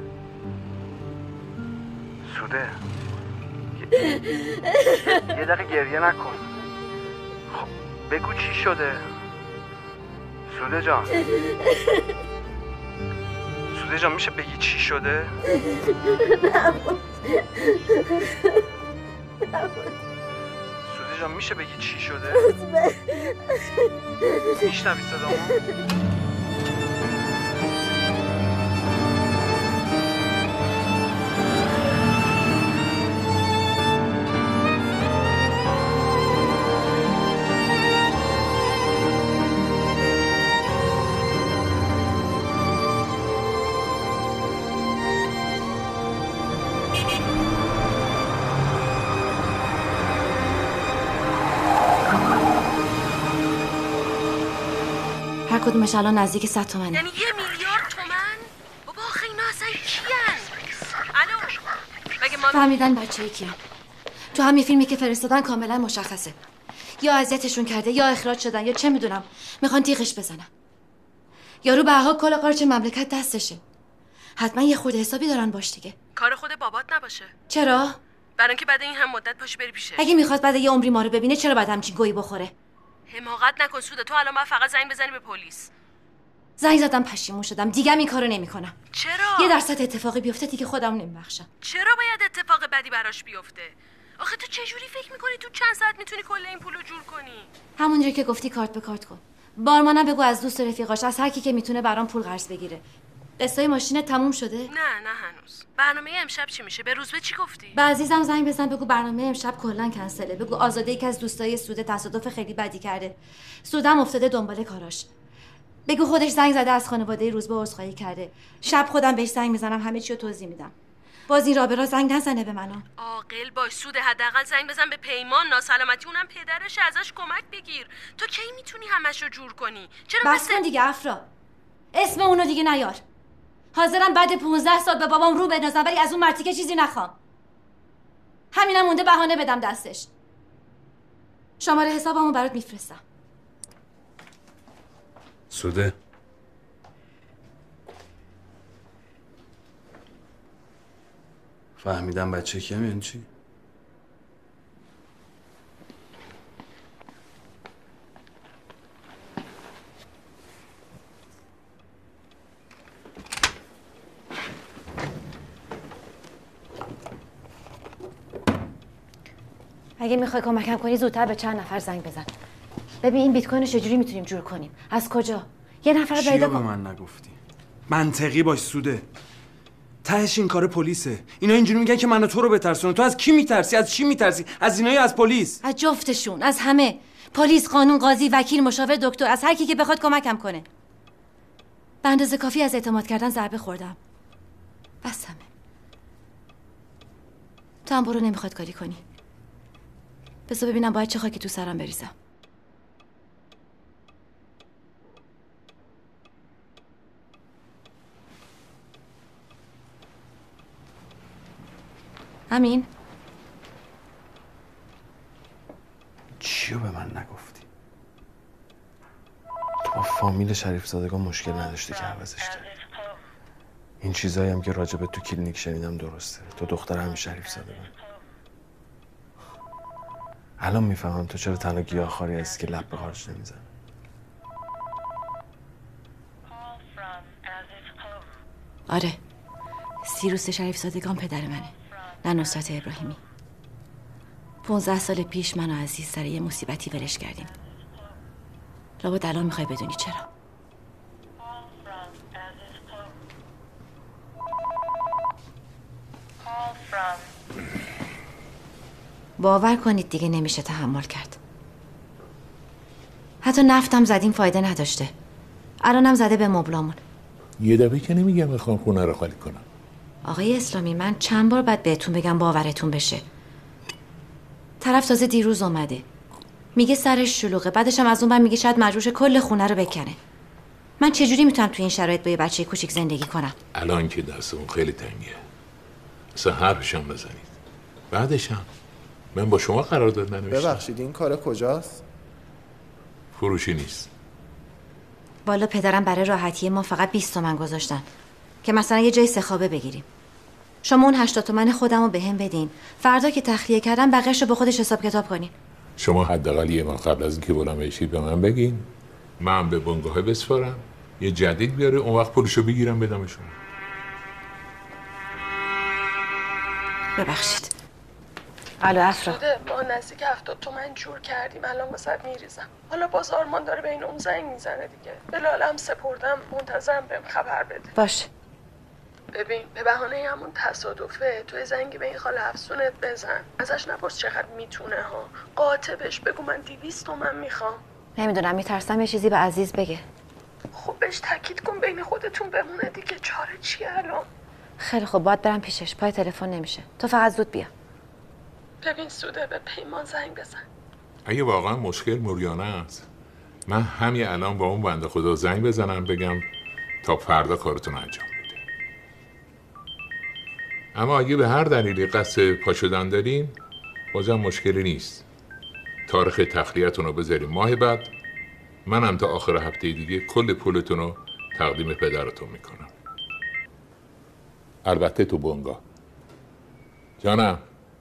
[SPEAKER 7] سوده یه دقیقه گریه نکن. خب بگو چی شده؟ سوده جان سوده جان میشه بگی چی شده؟ سوده جان میشه بگی چی شده؟ میشنوی صدامو؟
[SPEAKER 1] هر کدومش الان نزدیک 100 تومنه.
[SPEAKER 4] یعنی 1 میلیارد تومن؟ بابا آخه اینا اصلا چیان؟ الو مگه ما
[SPEAKER 1] فهمیدن بچه‌ای کیان. تو همین فیلمی که فرستادن کاملا مشخصه. یا اذیتشون کرده یا اخراج شدن یا چه میدونم میخوان تیغش بزنن. یارو به هر کل قارچ مملکت دستشه. حتما یه خورده حسابی دارن باش دیگه.
[SPEAKER 4] کار خود بابات نباشه.
[SPEAKER 1] چرا؟
[SPEAKER 4] برای اینکه بعد این هم مدت پاشی بری پیشش.
[SPEAKER 1] اگه میخواد بعد یه عمری ما رو ببینه چرا بعد همچین گویی بخوره؟
[SPEAKER 4] حماقت نکن سوده. تو الان باید فقط زنگ بزنی به پلیس.
[SPEAKER 1] زنگ زدم پشیمون شدم. دیگه این کارو نمیکنم.
[SPEAKER 4] چرا؟
[SPEAKER 1] یه درصد اتفاقی بیفته دیگه خودم نمیبخشم.
[SPEAKER 4] چرا باید اتفاق بدی براش بیفته؟ آخه تو چه جوری فکر میکنی تو چند ساعت میتونی کل این پولو جور کنی؟
[SPEAKER 1] همونجوری که گفتی کارت به کارت کن. بارمانم بگو از دوست رفیقاش از هر کی که میتونه برام پول قرض بگیره. قصه ماشینت تموم شده؟
[SPEAKER 4] نه هنوز. برنامه امشب چی میشه؟ به روزبه چی گفتی؟
[SPEAKER 1] به عزیزم زنگ بزن بگو برنامه امشب کلا کنسله. بگو آزاده یکی از دوستای سوده تصادف خیلی بدی کرده. سودم افتاده دنبال کاراش. بگو خودش زنگ زده از خانواده روزبه عذرخواهی کرده. شب خودم بهش زنگ میزنم همه چی رو توضیح میدم. باز این رابرا زنگ نزنه به منو.
[SPEAKER 4] عاقل باش سوده. حداقل زنگ بزن به پیمان. ناسلامتی اونم پدرش، ازش کمک بگیر. تو کی میتونی همش رو جور کنی؟ چرا
[SPEAKER 1] بس کن دیگه افرا. اسم اونو دیگه نیار. حاضرم بعد 15 سال به بابام رو بندازم ولی از اون مرتیکه چیزی نخوام. همینم مونده بهانه بدم دستش. شماره حسابمو برات میفرستم.
[SPEAKER 7] سوده فهمیدم بچه کیم یعنی چی؟
[SPEAKER 1] اگه میخوای کمکم کنی زودتر به چند نفر زنگ بزن. ببین این بیت کوینو چجوری میتونیم جور کنیم؟ از کجا؟ یه نفر رو پیدا
[SPEAKER 11] کن. به من نگفتی. منطقی باش سوده. تهش این کار پلیسه. اینا اینجوری میگن که من و تو رو بترسونن. تو از کی میترسی؟ از چی میترسی؟ از اینایی از پلیس؟
[SPEAKER 1] از جفتشون، از همه. پلیس، قانون، قاضی، وکیل، مشاور، دکتر، از هر کی که بخواد کمکم کنه. به اندازه کافی از اعتماد کردن ضربه خوردم. بس همه. تو هم برو نمیخواد کاری کنی. بذار ببینم باید چه خاکی تو سرم بریزم. امین
[SPEAKER 12] چیو به من نگفتی؟ تو با فامیل شریف زادگان مشکل نداشتی که عوضش کردی. این چیزایی هم که راجبه تو کلینیک شنیدم درسته. تو دختر همین شریف زادگان. الان میفهمم تو چرا تنها گیاهخواری هستی که لب به خارج نمیزنه.
[SPEAKER 1] آره، سیروس شریف زادگان پدر منه، نه نصرت ابراهیمی. 15 سال پیش من و عزیز سر یه مصیبتی ولش کردیم. لابد الان میخوای بدونی چرا. باور کنید دیگه نمیشه تحمل کرد. حتی نفتم زدیم فایده نداشته. الانم زده به مبلامون.
[SPEAKER 8] یه دفعه که نمیگم میخوام خونه رو خالی کنم.
[SPEAKER 1] آقای اسلامی، من چند بار باید بهتون بگم باورتون بشه. طرف تازه دیروز اومده میگه سرش شلوغه، بعدش هم از اون بر میگه شاید مجبورشه کل خونه رو بکنه. من چجوری میتونم تو این شرایط با یه بچه کوچیک زندگی کنم؟
[SPEAKER 8] الان که دستمون خیلی تنگه، اصلا حرفش هم بزنید. بعدش هم من با شما قرارداد ننوشتم.
[SPEAKER 12] ببخشید این کار کجاست؟
[SPEAKER 8] فروشی نیست.
[SPEAKER 1] والا پدرم برای راحتی ما فقط 20 تومن گذاشتن که مثلا یه جای سخابه بگیریم. شما اون 80 تومن خودمو بهم بدین، فردا که تخلیه کردم بقیه‌شو به خودش حساب کتاب کنین.
[SPEAKER 8] شما حداقل یه ماه قبل از اینکه بلند بشید به من بگین، من به بنگاه بسپارم، یه جدید بیاره، اون وقت پولشو بگیرم بدم شما.
[SPEAKER 1] ببخشید. الو افرا.
[SPEAKER 4] ما نزدیک 70 تومن جور کردیم، الان واسط میریزم. حالا باز آرمان داره بین اون زنگ میزنه دیگه. به لالم سپردم، منتظرم بهم خبر بده.
[SPEAKER 1] باشه.
[SPEAKER 4] ببین به بهانه همون تصادفه تو زنگی به این خاله افسونت بزن، ازش نپرس چقدر میتونه ها، قاطبش بگو من 200 تومن میخوام.
[SPEAKER 1] نمیدونم، میترسم یه چیزی به عزیز بگه.
[SPEAKER 4] خب بهش تاکید کن بین خودتون بمونه دیگه، چاره چیه الان؟
[SPEAKER 1] خیلی خب باید برم پیشش، پای تلفن نمیشه، تو فقط زود بیا.
[SPEAKER 4] ببین سوده به پیمان زنگ بزن.
[SPEAKER 8] اگه واقعا مشکل موریانه است، من همین الان با اون بنده خدا زنگ بزنم بگم تا فردا کارتون انجام بده. اما اگه به هر دلیلی قصد پا شدن دارین، بازم مشکلی نیست. تاریخ تخلیه‌تون رو بذاریم ماه بعد، منم تا آخر هفته دیگه کل پولتون رو تقدیم پدرتون میکنم. البته تو بنگاه. جانم؟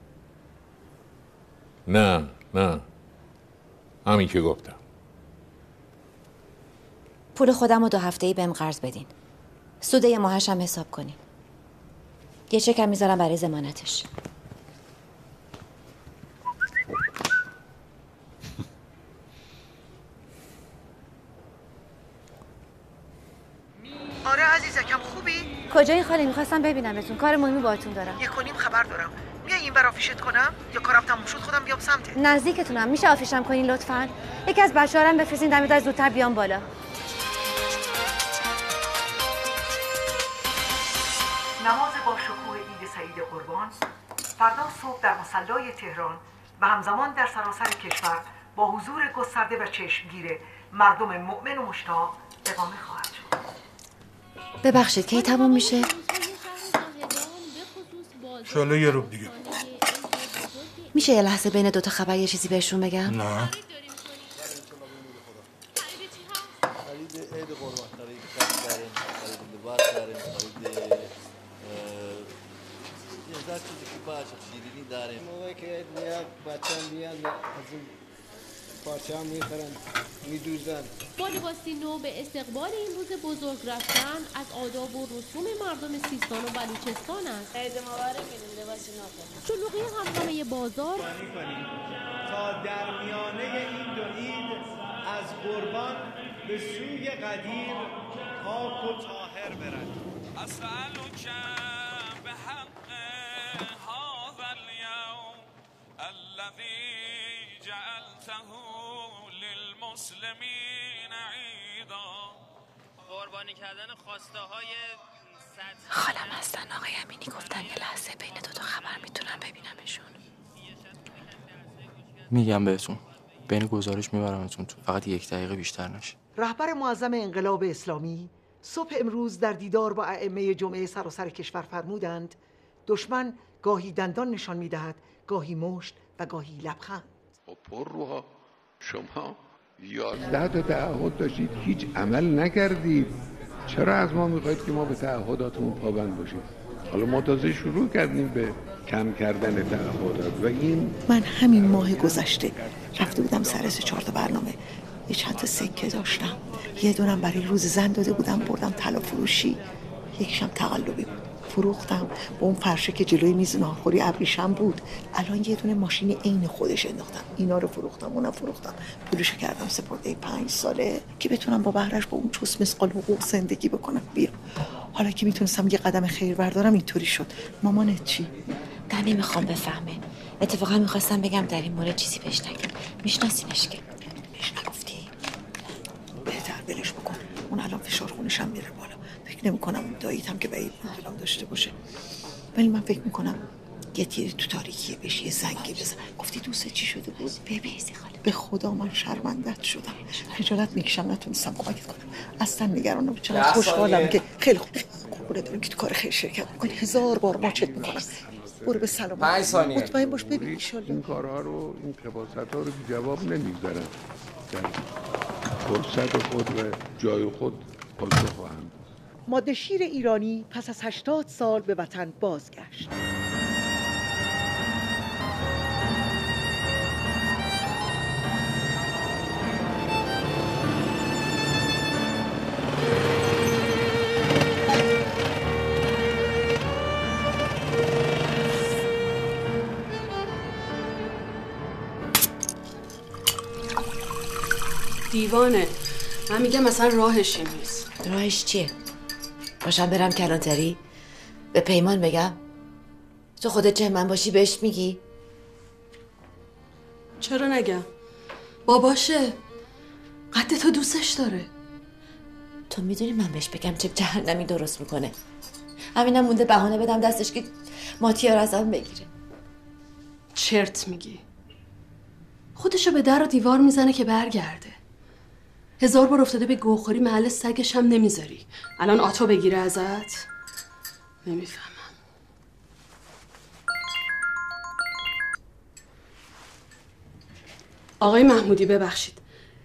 [SPEAKER 8] نه همین که گفتم.
[SPEAKER 1] پول خودم رو 2 هفته‌ای بهم قرض بدین، سود یه ماهش هم حساب کنین. یه چکم میذارم برای ضمانتش.
[SPEAKER 22] آره عزیزکم خوبی؟
[SPEAKER 1] کجایی خاله؟ میخواستم ببینمتون، کار مهمی باهاتون دارم.
[SPEAKER 22] 1:30 خبر دارم. میای این بر آفیشت کنم یا کارم تموم شد خودم بیام سمتت؟
[SPEAKER 1] نزدیکتونم، میشه آفیشم کنین لطفاً؟ یکی از بچه‌ها رو بفرستین دم در زودتر بیام بالا.
[SPEAKER 22] نماز با شکوه عید سعید قربان فردا صبح در مصلی تهران و همزمان در سراسر کشور با حضور گسترده و چشمگیر مردم مؤمن و مشتاق اقامه خواهد شد.
[SPEAKER 1] ببخشید کی تموم میشه؟
[SPEAKER 23] شالا یه روب دیگه.
[SPEAKER 1] میشه یه لحظه بین 2 تا خبر یه چیزی بهشون بگم؟
[SPEAKER 23] نه.
[SPEAKER 9] شیرینی داریم. موقعی که میاد بچه‌ها میان از این پارچه ها میخرن میدوزن.
[SPEAKER 24] با لباسی نو به استقبال این روز بزرگ رفتن از آداب و رسوم مردم سیستان و بلوچستان است. عید مبارک این لباس نو. شلوغی همهمه بازار
[SPEAKER 9] تا در میانه این 2 عید از قربان به سوی قدیر پاک و طاهر برد.
[SPEAKER 24] قربانی کردن خواسته های
[SPEAKER 1] خالم هستن آقای امینی، گفتن یه لحظه بین 2 تا خبر میتونم ببینمشون.
[SPEAKER 18] میگم بهتون بین گزارش میبرمتون تو، فقط 1 دقیقه بیشتر نشه.
[SPEAKER 22] رهبر معظم انقلاب اسلامی صبح امروز در دیدار با ائمه جمعه سراسر کشور فرمودند دشمن گاهی دندان نشان میدهد، گاهی مشت و گاهی لبخند.
[SPEAKER 10] پرروها شما 11 تا تعهد داشتید، هیچ عمل نکردید. چرا از ما میخواید که ما به تعهداتمون پابند باشیم؟ حالا ما تازه شروع کردیم به
[SPEAKER 5] کم کردن تعهدات و این
[SPEAKER 6] من همین ماه گذشته رفته بودم سر 3-4 تا برنامه، یه چند تا سکه داشتم، یه دونم برای روز زن داده بودم بردم طلا فروشی، یکیشم تقلبی بود فروختم با اون فرشه که جلوی میز ناهارخوری ابریشم بود. الان یه دونه ماشین عین خودش انداختم، اینا رو فروختم اونم فروختم، پولشو کردم سپرده 5 ساله که بتونم با بهرش با اون چوس مسقال حقوق زندگی بکنم. بیا حالا که میتونستم یه قدم خیر بردارم اینطوری شد. مامانت چی؟
[SPEAKER 1] من نمیخوام بفهمه. اتفاقا میخواستم بگم در این مورد چیزی بهش نگم. میشناسینش که؟
[SPEAKER 6] بهش نگفتی؟ بهتر ولش بکن، اون الان فشار خونش هم میره بالا. فکر نمی‌کنم داییتم که بعید می‌دونم داشته باشه، ولی من فکر می‌کنم یه تیر تو تاریکیه بهش یه زنگی بزن. گفتی دوست چی شده بود؟
[SPEAKER 1] ببیزی خاله.
[SPEAKER 6] به خدا من شرمندت شدم، خجالت میکشم نتونستم کمکت کنم. اصلا نگران نباش، چقدر خوشحالم که خیلی خوب قربونت برم که تو کار خیر شرکت می‌کنی. 1000 بار ماچت می‌کنم. برو به سلامت.
[SPEAKER 5] 5 ثانیه
[SPEAKER 6] مطمئن باش ببین ان شاء الله
[SPEAKER 5] این کارها رو، این خباست‌ها رو جواب نمی‌ذارن، در فرصت خود و جای خود پاسخ خواهند.
[SPEAKER 6] ماده شیر ایرانی پس از 80 سال به وطن بازگشت.
[SPEAKER 14] دیوانه. من میگم مثلا راهش نیست.
[SPEAKER 1] راهش چیه؟ باشم برم کلانتری؟ به پیمان بگم؟ تو خودت چه من باشی بهش میگی؟
[SPEAKER 14] چرا نگم؟ باباشه. قد تو دوستش داره.
[SPEAKER 1] تو میدونی من بهش بگم چه جهنمی درست میکنه. همینم مونده بهانه بدم دستش که ماتیا رو ازم بگیره.
[SPEAKER 14] چرت میگی. خودشو به در و دیوار میزنه که برگرده. 1000 بار افتاده به گوخوری، محل سگش هم نمیذاری. الان آتو بگیره ازت؟ نمیفهمم. آقای محمودی ببخشید،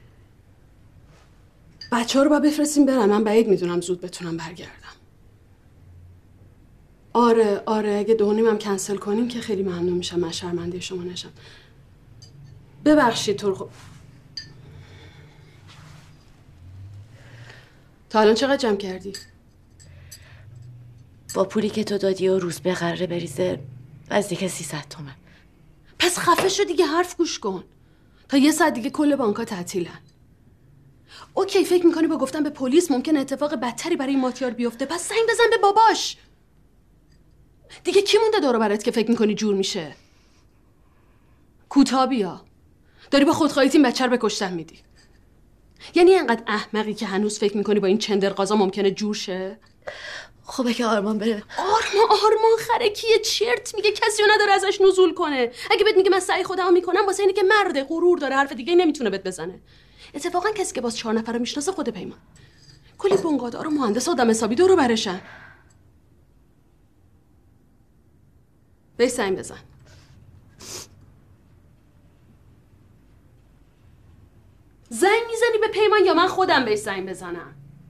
[SPEAKER 14] بچه ها رو باید بفرستیم برن. من بعید میدونم زود بتونم برگردم. آره اگه 2:30 هم کنسل کنیم که خیلی ممنون میشم. من شرمنده شما نشم. ببخشید. تو تا الان چقدر جمع کردی؟
[SPEAKER 1] با پولی که تو دادی و روز به قراره بریزه نزدیک 300 تومن.
[SPEAKER 14] پس خفه شو دیگه، حرف گوش کن. تا 1 ساعت دیگه کل بانک‌ها تعطیلن. اوکی، فکر میکنی با گفتن به پلیس ممکن اتفاق بدتری برای ماتیار بیفته؟ پس زنگ بزن به باباش. دیگه کی مونده دور و برت که فکر میکنی جور میشه؟ کوتاه بیا. داری با خودخواهی این بچه رو به کشتن میدی. یعنی اینقدر احمقی که هنوز فکر میکنی با این چندرغازا ممکنه جور شه؟
[SPEAKER 1] خب که آرمان بره.
[SPEAKER 14] آرمان خرکیه، چرت میگه، کسی رو نداره ازش نزول کنه. اگه بهت میگه من سعی خودمو میکنم واسه اینه که مرده، غرور داره، حرف دیگه نمیتونه بهت بزنه. اتفاقا کسی که باز 4 نفر رو میشناسه خود پیمان. کلی بنگادار و مهندس آدم حسابی دور برشن. بهش زنگ بزن. زنگ میزنی به پیمان یا من خودم بهش زنگ بزنم؟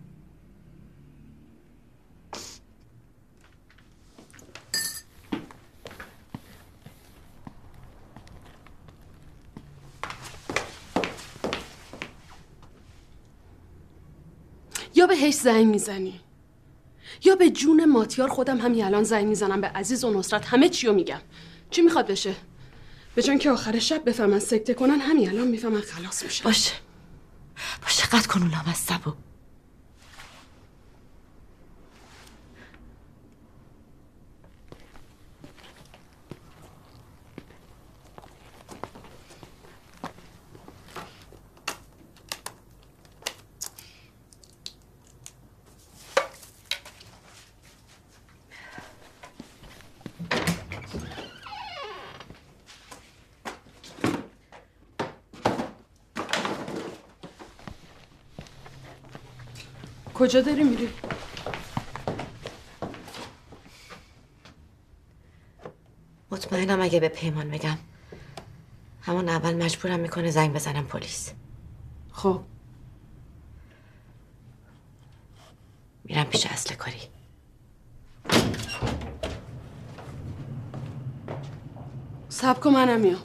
[SPEAKER 14] یا بهش زنگ میزنی یا به جون ماتیار خودم همین الان زنگ میزنم به عزیز و نصرت، همه چی رو میگم. چی میخواد بشه؟ به جان که آخر شب بفهمن سکته کنن، همین الان میفهمن خلاص میشه.
[SPEAKER 1] باشه قد کن اونم از سبو.
[SPEAKER 14] کجا داری میری؟
[SPEAKER 1] مطمئنم اگه به پیمان بگم همون اول مجبورم میکنه زنگ بزنم پلیس.
[SPEAKER 14] خب
[SPEAKER 1] میرم پیش اصل کاری.
[SPEAKER 14] صبر کن منم میام.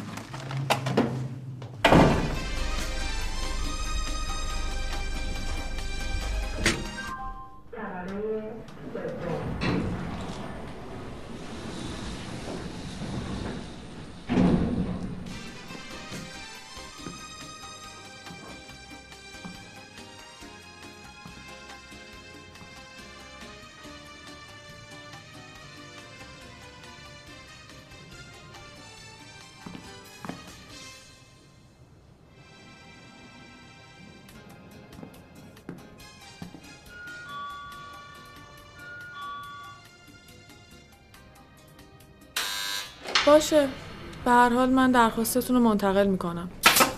[SPEAKER 3] باشه، به هر حال من درخواستتون رو منتقل میکنم.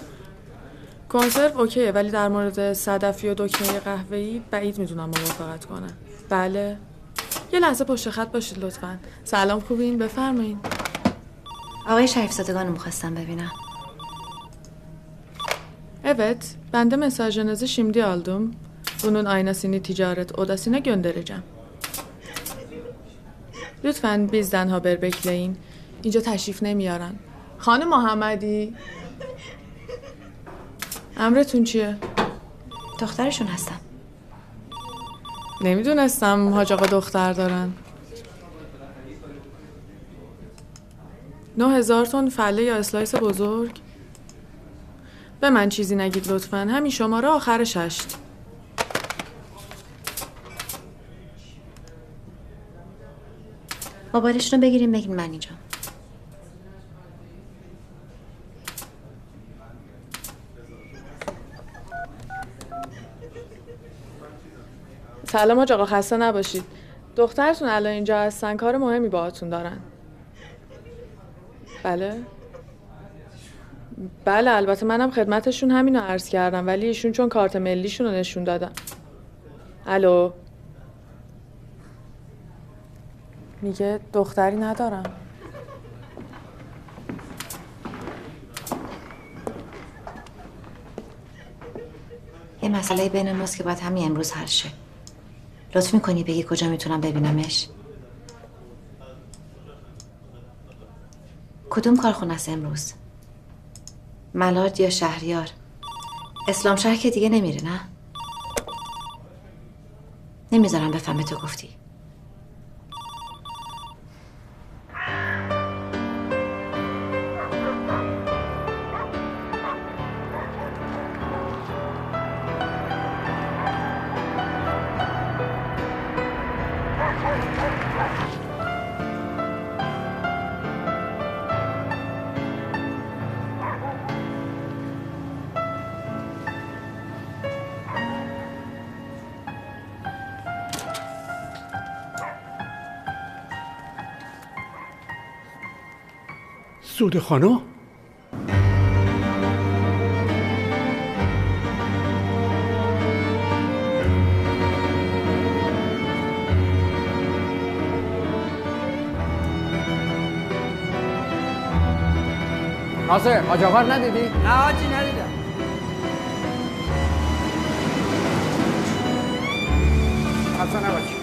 [SPEAKER 3] کنسرو اوکیه، ولی در مورد صدفی و دکمه قهوه‌ای بعید میدونم موافقت کنم. بله، یه لحظه پشت خط باشید لطفاً. سلام، خوبین؟ بفرمایین.
[SPEAKER 1] آقای شریف زادگان رو میخواستم ببینم.
[SPEAKER 3] Evet, ben de mesajınızı şimdi aldım. Bunun aynasını ticaret odasına göndereceğim. Lütfen bizden haber bekleyin. اینجا تشریف نمیارن. خانم محمدی، امرتون چیه؟
[SPEAKER 1] دخترشون هستم.
[SPEAKER 3] نمیدونستم حاج آقا دختر دارن. 9000 تن فله یا اسلایس بزرگ؟ به من چیزی نگید لطفاً. همین شماره آخر 8.
[SPEAKER 1] موبایلشون رو بگیریم بگین من اینجا.
[SPEAKER 3] سلام حاج آقا، خسته نباشید. دخترتون الان اینجا هستن، کار مهمی باهاتون دارن. بله؟ بله البته منم خدمتشون همینو عرض کردم، ولی ایشون چون کارت ملیشون رو نشون دادن. الو؟ میگه دختری ندارم.
[SPEAKER 1] یه مسئله بین ماست که باید همین امروز حل شه. لطف میکنی بگی کجا میتونم ببینمش؟ کدوم کارخونه است امروز؟ ملارد یا شهریار؟ اسلام شهر که دیگه نمیره نه؟ نمیذارم بفهمه تو گفتی.
[SPEAKER 15] سود خانم؟
[SPEAKER 16] ناصر، حاج آقا رو ندیدی؟
[SPEAKER 17] نه حاجی ندیدم.
[SPEAKER 16] خسته نباشی.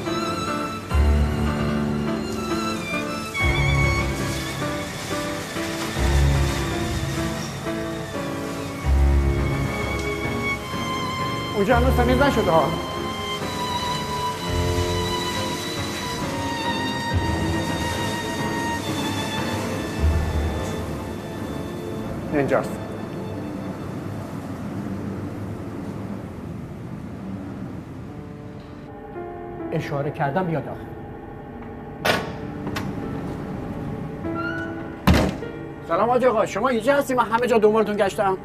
[SPEAKER 16] اونجا هنوز تمیز نشده ها. اینجاست. اشاره کردم بیا داخل. سلام حاج آقا، شما اینجا هستی؟ من همه جا دنبالتون گشتم.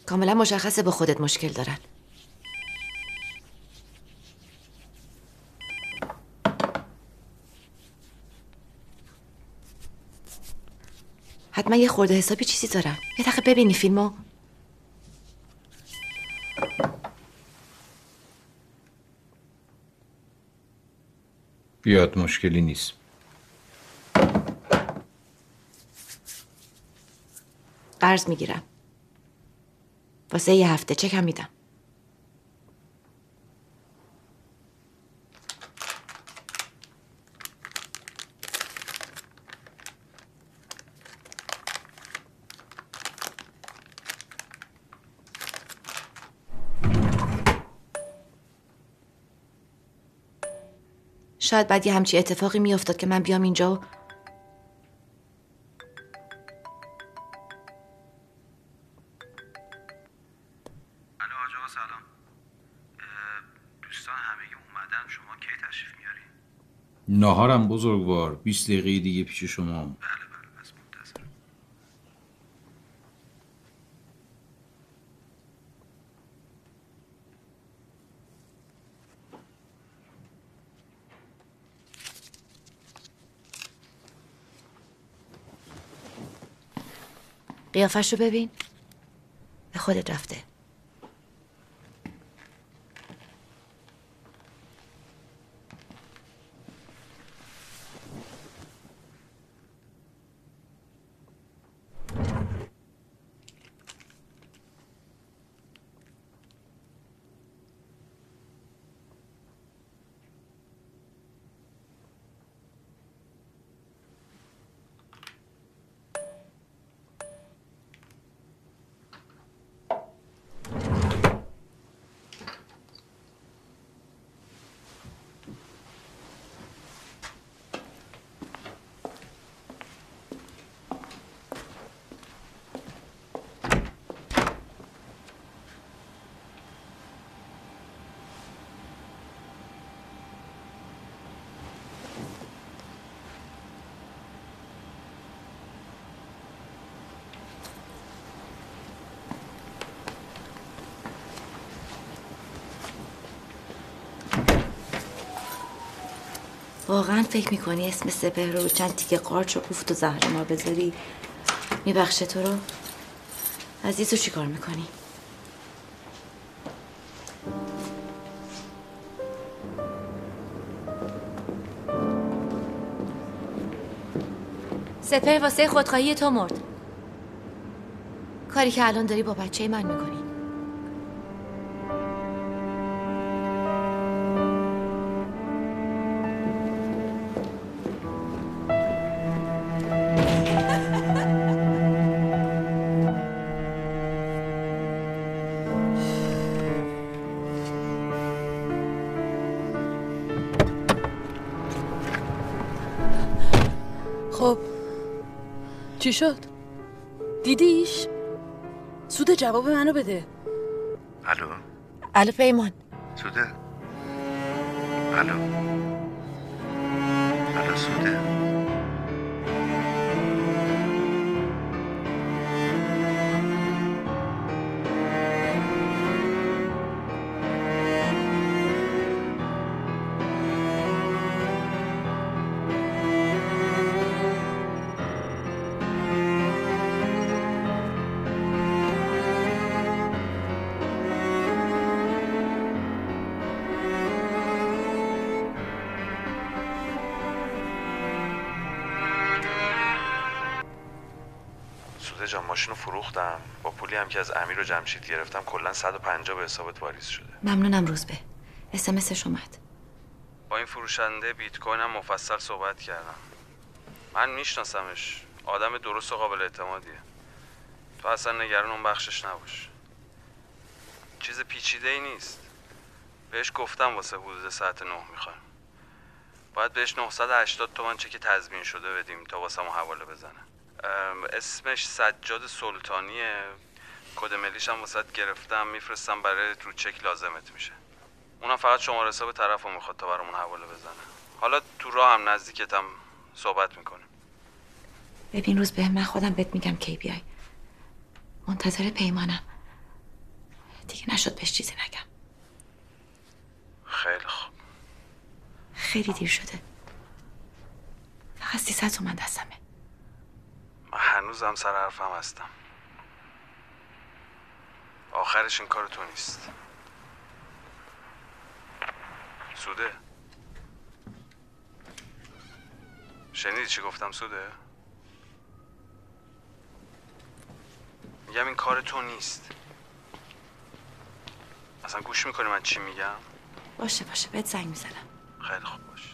[SPEAKER 1] کاملا مشخصه با خودت مشکل دارن. حتما یه خورده حسابی چیزی دارن. یه دقیقه ببینی فیلمو.
[SPEAKER 2] بیاد، مشکلی نیست.
[SPEAKER 1] قرض میگیرم. واسه یه هفته چکم میدم. شاید بعد یه همچی اتفاقی میافتاد که من بیام اینجا و
[SPEAKER 7] الو حاج آقا سلام. دوستان همگی اومدن، شما کی تشریف میاری؟
[SPEAKER 2] ناهارم بزرگوار، 20 دقیقه دیگه پیش شما.
[SPEAKER 7] بله بس منتظرم.
[SPEAKER 1] قیافش رو ببین. به خودت رفته. واقعا فکر میکنی اسم سپهر رو چند تیکه قارچ و کوفت و زهر ما بذاری میبخشه تو رو؟ عزیزو چی کار میکنی؟ سپهر واسه خودخواهی تو مرد. کاری که الان داری با بچه من میکنی.
[SPEAKER 14] خب چی شد؟ دیدیش؟ سود جواب منو بده.
[SPEAKER 13] الو
[SPEAKER 1] الو پیمان.
[SPEAKER 13] سوده. الو سوده. جان ماشینو فروختم، با پولی هم که از امیر و جمشید گرفتم کلا 150 به حسابت واریز شده.
[SPEAKER 1] ممنونم روزبه. اسمسش اومد.
[SPEAKER 7] با این فروشنده بیت کوین هم مفصل صحبت کردم. من میشناسمش، آدم درست و قابل اعتمادیه. تو اصلا نگران اون بخشش نباش. چیز پیچیده ای نیست. بهش گفتم واسه حدود ساعت 9 میخوام. باید بهش 980 تومن چک تضمین شده بدیم تا واسه مو حواله بزنه. اسمش سجاد سلطانیه. کد ملیش هم واسه گرفتم، میفرستم برای رو چک لازمت میشه. اونم فقط شماره حساب طرفو میخواد تا برامون حواله بزنه. حالا تو راه هم نزدیکتم صحبت میکنیم.
[SPEAKER 1] ببین روز به من خودم بهت میگم کی بیای. منتظر پیمانم.
[SPEAKER 6] دیگه نشد بهش چیزی نگم.
[SPEAKER 7] خیلی خوب.
[SPEAKER 6] خیلی دیر شده. فقط 300 تومن دستمه.
[SPEAKER 7] من هنوزم سر حرفم هستم. آخرش این کار تو نیست. سوده، شنیدی چی گفتم سوده؟ میگم این کار تو نیست. اصلا گوش میکنی من چی میگم؟
[SPEAKER 6] باشه بهت زنگ میزنم.
[SPEAKER 7] خیلی خوب باشه.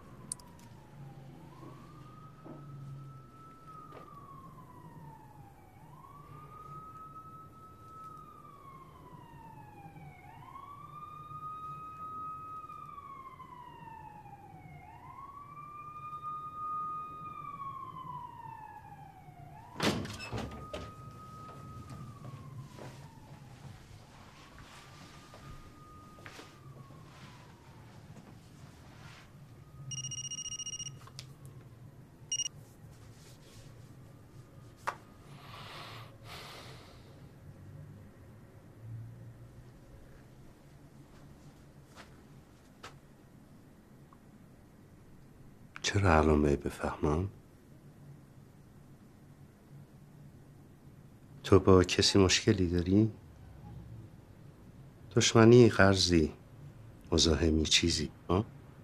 [SPEAKER 13] چرا الان باید بفهمم؟ تو با کسی مشکلی داری؟ دشمنی، قرضی، مزاحمی، چیزی؟ ها؟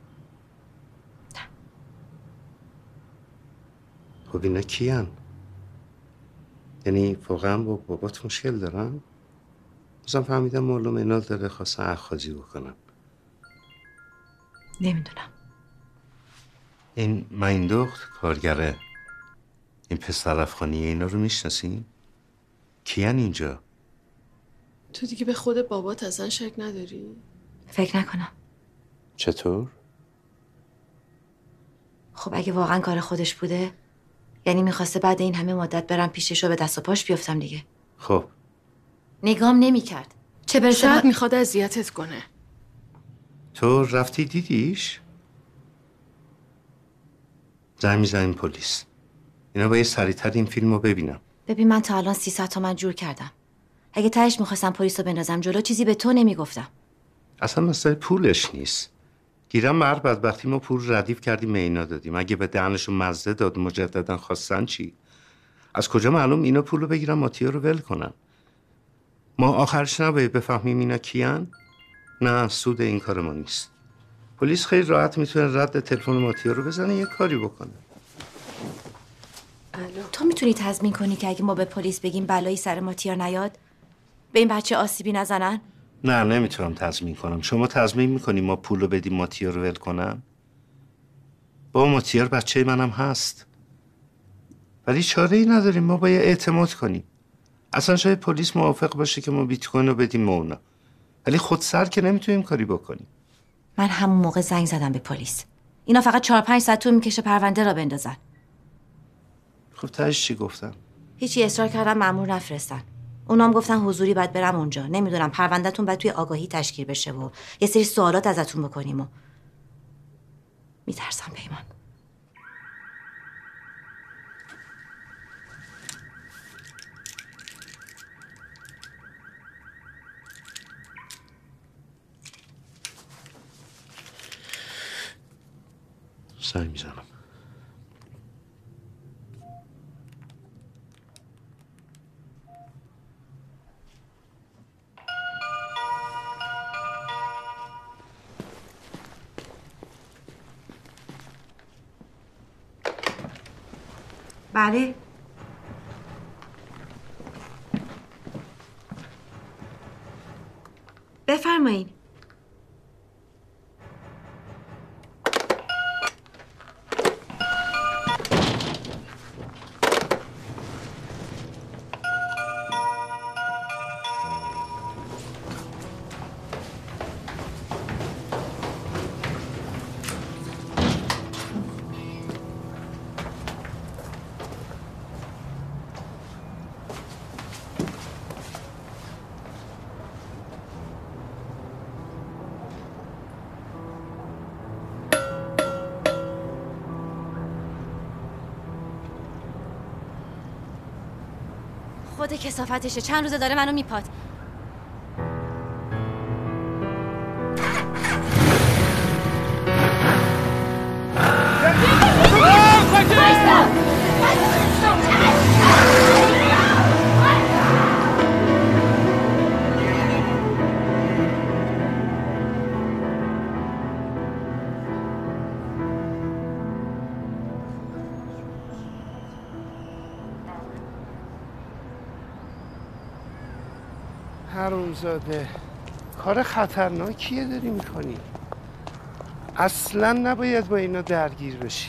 [SPEAKER 13] خب اینا کیان؟ یعنی واقعا با بابات مشکل دارن؟ بازم فهمیدم معلوم اینال داره خواستن اخاذی بکنن.
[SPEAKER 6] نمیدونم.
[SPEAKER 13] این مایندخت کارگره، این پسر افغانیه، اینا رو میشناسین؟ کیان اینجا؟
[SPEAKER 14] تو دیگه به خود بابات اصلا شک نداری؟
[SPEAKER 6] فکر نکنم.
[SPEAKER 13] چطور؟
[SPEAKER 6] خب اگه واقعا کار خودش بوده، یعنی میخواسته بعد این همه مدت برم پیشش و به دست و پاش بیفتم دیگه.
[SPEAKER 13] خب
[SPEAKER 6] نگام نمیکرد. چه برسه
[SPEAKER 14] شاید میخواد اذیتت کنه.
[SPEAKER 13] تو رفتی دیدیش؟ زنگ میزنیم پلیس. اینا باید سریعتر این فیلم رو ببینم.
[SPEAKER 6] ببین من تا الان 300 تومن جور کردم. اگه تهش میخواستم پلیس رو بندازم جلو چیزی به تو نمیگفتم.
[SPEAKER 13] اصلا مسئله پولش نیست. گیرم مرد بدبختی ما پول ردیف کردیم به اینا دادیم. اگه به دهنشون مزه داد مجددا خواستن چی؟ از کجا معلوم اینا پول رو بگیرن ماتیا رو ول کنن؟ ما آخرش نباید بفهمیم اینا کیان؟ نه، سود این کار ما نیست. پلیس خیلی راحت میتونه رد تلفن ماتیا رو بزنه یه کاری بکنه.
[SPEAKER 6] تو میتونی تضمین کنی که اگه ما به پلیس بگیم بلایی سر ماتیا نیاد، به این بچه آسیبی نزنن؟
[SPEAKER 13] نه نمیتونم تضمین کنم. شما تضمین میکنی ما پول رو بدیم ماتیا رو ول کنن؟ با ماتیا بچه منم هست. ولی چاره ای نداریم. ما باید اعتماد کنیم. اصلا شاید پلیس موافق باشه که ما بیت کوین رو بدیم ما اونا. ولی خود سر که نمیتونیم کاری بکنیم.
[SPEAKER 6] من همون موقع زنگ زدم به پلیس. اینا فقط 4-5 ساعت طول میکشه پرونده را بندازن.
[SPEAKER 13] خب تهش چی گفتن؟
[SPEAKER 6] هیچی، اصرار کردم مأمور نفرستن. اونام گفتن حضوری باید برم اونجا. نمیدونم پروندهتون باید توی آگاهی تشکیل بشه و یه سری سوالات ازتون بکنیم و میترسم پیمان.
[SPEAKER 13] زنگ میزنم.
[SPEAKER 6] بله. بفرمایید. خود کثافتشه. چند روزه داره منو میپاد.
[SPEAKER 5] حرومزاده، کار خطرناکیه داری میکنی. اصلا نباید با اینا درگیر بشی.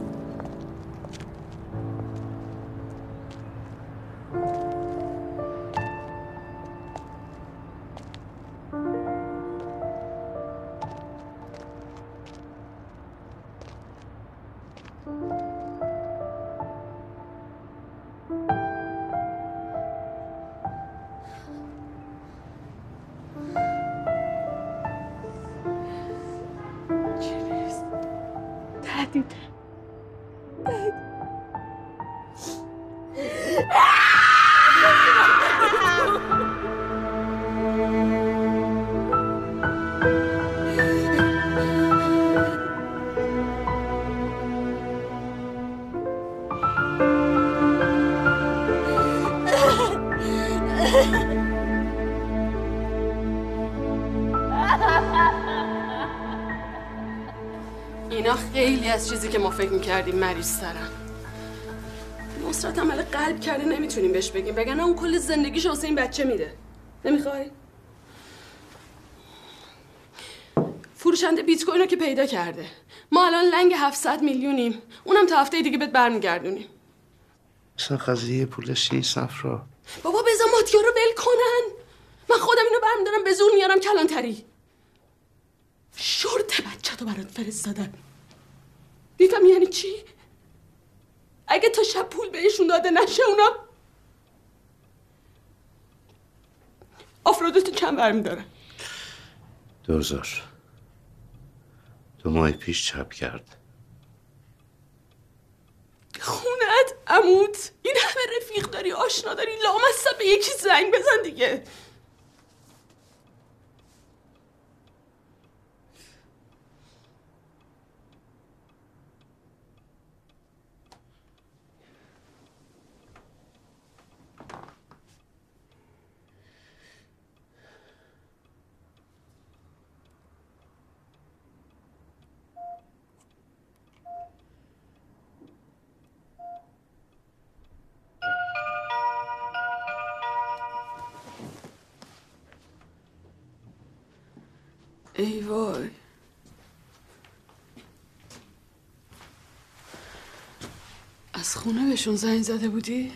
[SPEAKER 14] اینا خیلی از چیزی که ما فکر میکردیم مریض ترن. نصرت عمل قلب کرده، نمیتونیم بهش بگیم، بگن اون کل زندگیش واسه این بچه میده. نمیخوای؟ فروشنده بیت کوین رو که پیدا کرده. ما الان لنگ 700 میلیونیم، اونم تا هفته دیگه بهت برمیگردونیم.
[SPEAKER 13] اصلا قضیه پولش چیه صفرا؟
[SPEAKER 14] بابا بذار ماتیا رو ول کنن. من خودم اینو برمیدارم به زور میارم کلانتری. شورت بچه تو برات فرستادن. میفهمی یعنی چی؟ اگه تا شب پول بهشون داده نشه اونا آفرودتو چند برمیدارن؟
[SPEAKER 13] 2000 2 ماه پیش چپ کرد.
[SPEAKER 14] خونت عموت، این همه رفیق داری، آشنا داری، لامصب به یکی زنگ بزن دیگه. ای وای، از خونه بهشون زنگ زده بودی؟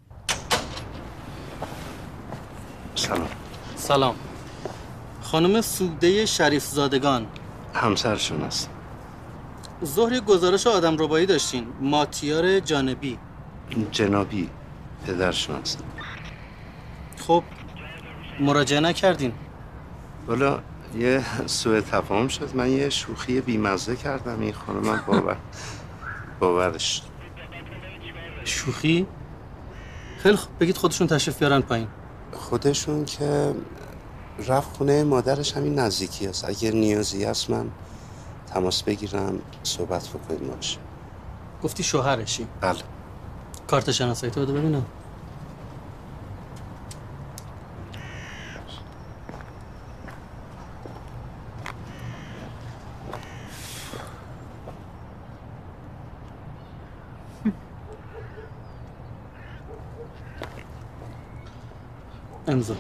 [SPEAKER 17] سلام. خانم سوده شریف زادگان
[SPEAKER 13] همسرشون است.
[SPEAKER 17] ظهر گزارش آدم ربایی داشتین، ماتیار جانبی.
[SPEAKER 13] جنابی پدرشون است.
[SPEAKER 17] خب مراجعه نکردین؟
[SPEAKER 13] والا یه سوء تفاهم شد، من یه شوخی بیمزه کردم، این خانم باورش.
[SPEAKER 17] شوخی؟ خیلی خوب، بگید خودشون تشریف بیارن پایین.
[SPEAKER 13] خودشون که رفت خونه مادرش، همین نزدیکی است. اگر نیازی هست من تماس بگیرم صحبت بکنیم باشه.
[SPEAKER 17] گفتی شوهرشی؟
[SPEAKER 13] بله.
[SPEAKER 17] کارت شناسایی تو بده ببینم. امضا.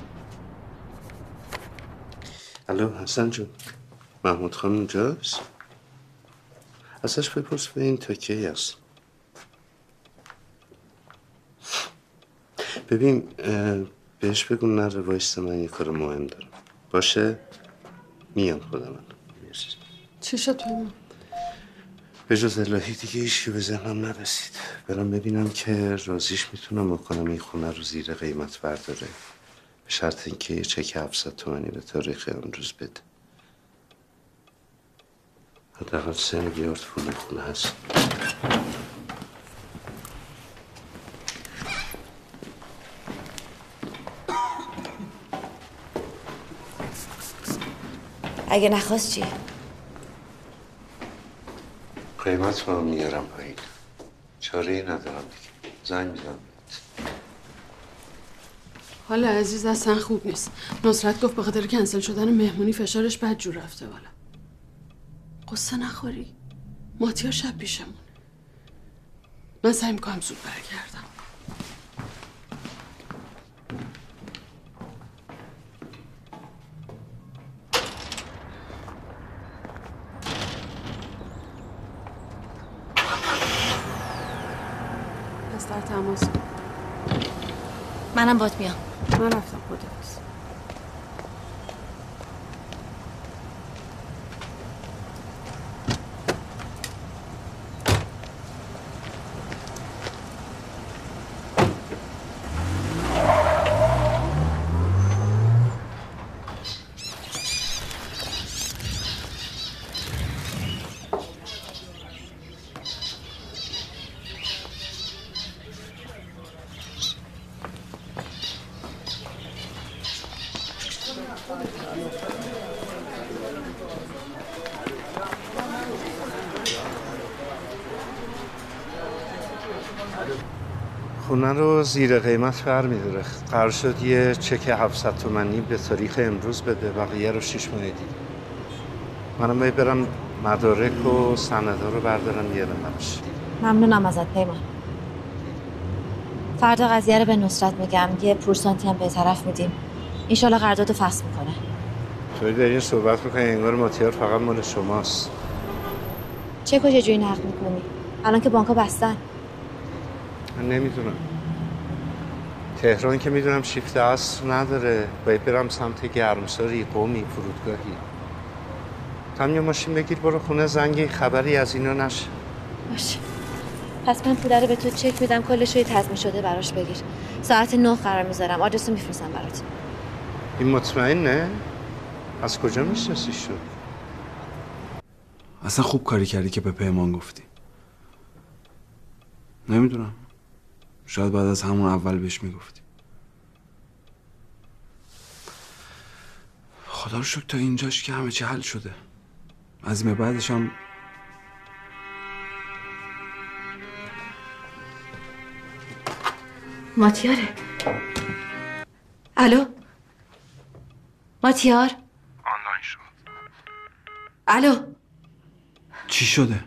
[SPEAKER 13] الو حسن جون، محمود خان اونجاست؟ ازش بپرس به این تا کی است. ببین بهش بگو نره وایسته، من یه کار مهم دارم. باشه میام خودم.
[SPEAKER 14] چی شد توی ما؟
[SPEAKER 13] به جز الهی دیگه ایشی به ذهنم نرسید. برم ببینم که راضیش میتونم بکنم این خونه رو زیر قیمت برداره، به شرط اینکه یه چک 700 تومانی به تاریخ اون روز بده. حداقل 3 میلیارد پول خونه هست.
[SPEAKER 1] اگه نخواست چی؟
[SPEAKER 13] قیمت رو میارم پایین. چاره‌ای ندارم دیگه. زنگ میزنم.
[SPEAKER 14] حالا عزیز اصلا خوب نیست. نصرت گفت به خاطر کنسل شدن مهمونی فشارش بد جور رفته بالا. قصه نخوری. ماتیا شب پیشمون. من سعی میکنم زود برگردم. در تماس.
[SPEAKER 1] منم بات میام.
[SPEAKER 14] من رفتم. خداحافظ.
[SPEAKER 13] خونه رو زیر قیمت برمی‌داره. قرار شد یه چک 700 تومانی به تاریخ امروز بده، بقیه رو 6 ماه دیگه. منم باید برم مدارک و سندا رو بردارم یه نمش.
[SPEAKER 1] ممنونم ازت پیمان. فردا قضیه رو به نصرت میگم، یه پورسانتی هم به طرف میدیم. انشالله قراردادو فسخ میکنه.
[SPEAKER 13] توی داری صحبت میکنی انگار ماتیار فقط مال شماست.
[SPEAKER 1] چه جوری نقد میکنی؟ الان که بانک‌ها بستن.
[SPEAKER 13] من نمیدونم. تهران که میدونم شیفت عصر نداره. باید برم سمت گرمساری، قمی، فرودگاهی. تام یه ماشین بگیر برو خونه، زنگی خبری از اینا نشه.
[SPEAKER 1] باشه. پس من پول رو به تو چک میدم، کلش رو تضمین شده براش بگیر. ساعت 9 قرار میذارم. آدرس رو میفرستم برات.
[SPEAKER 13] این مطمئنه؟ از کجا میشناسیش شد؟
[SPEAKER 11] اصلا خوب کاری کردی که به پیمان گفتی. نمیدونم. شاید بعد از همون اول بهش میگفتی. خدا رو شکر تا اینجاش که همه چی حل شده. از این به بعدش هم
[SPEAKER 1] ماتیاره. الو ماتیار.
[SPEAKER 8] آنلاین شد.
[SPEAKER 1] الو
[SPEAKER 11] چی شده؟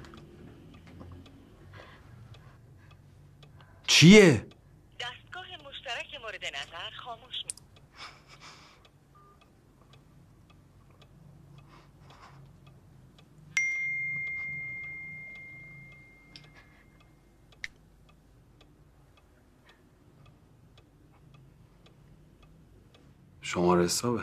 [SPEAKER 11] چیه؟
[SPEAKER 22] دستگاه مشترک مورد نظر خاموش می.
[SPEAKER 11] شماره حسابه.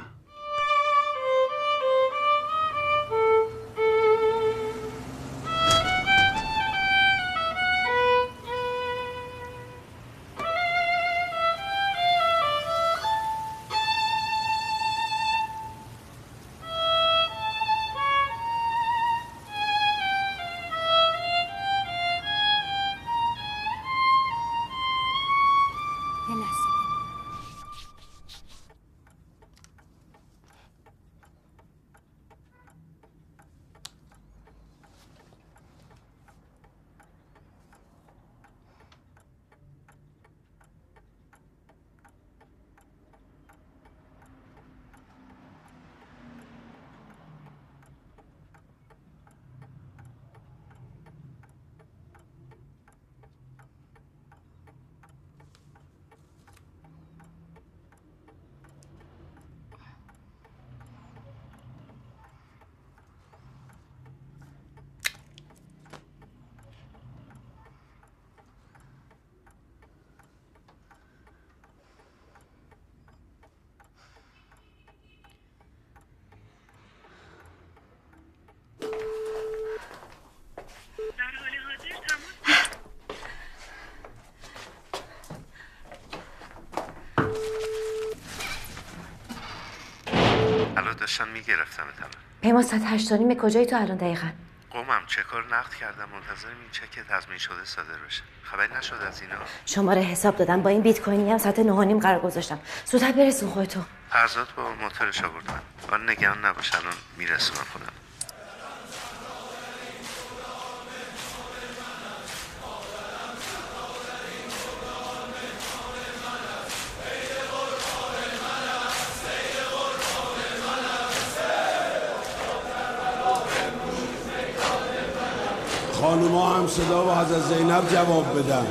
[SPEAKER 13] داشتم میگرفتم الان.
[SPEAKER 1] پیمان ساعت 8:30 کجایی تو الان دقیقاً؟
[SPEAKER 13] قومم چک رو نقد کردم، منتظرم این چک تضمین شده صادر بشه. خبری نشد از اینا؟
[SPEAKER 1] شماره حساب دادم، با این بیت کوینی هم ساعت 9:30 قرار گذاشتم. زودتر برسون خودتو.
[SPEAKER 13] فرزاد با موتورش آوردن. آن نگران نباش، الان میرسونم خودم.
[SPEAKER 19] خانوما هم صدا و حضرت زینب جواب بدن.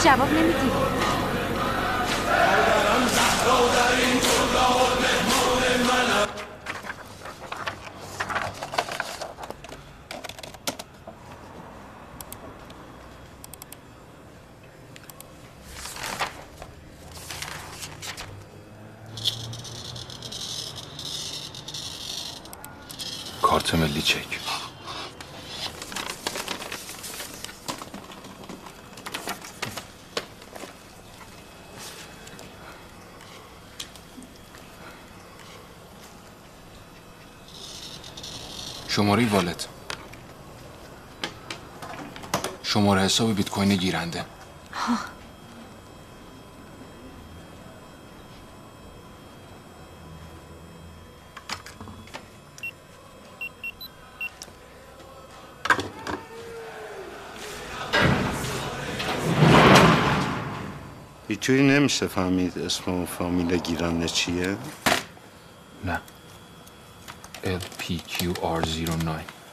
[SPEAKER 1] جواب نمیدی؟
[SPEAKER 11] کارت ملی چک. شماره والت، شماره حساب بیت کوین گیرنده.
[SPEAKER 13] هیچوری نمیشه فهمید اسم و فامیل گیرنده چیه؟
[SPEAKER 11] نه. LPQR09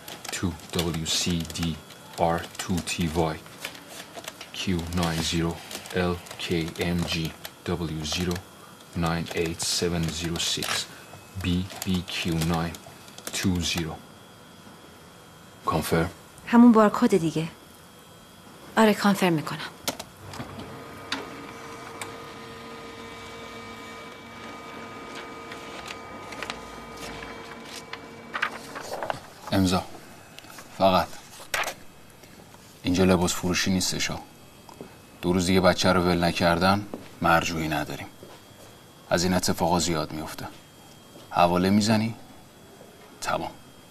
[SPEAKER 11] 2WCDR2TY Q90 LKMGW098706 BBQ920. کانفرم.
[SPEAKER 1] همون بارکد دیگه. آره کانفرم میکنم.
[SPEAKER 11] امضا. فقط اینجا لباس فروشی نیستش ها. 2 روز دیگه بچه رو ول نکردن مرجوعی نداریم. از این اتفاقا زیاد میفته. حواله میزنی؟ تمام.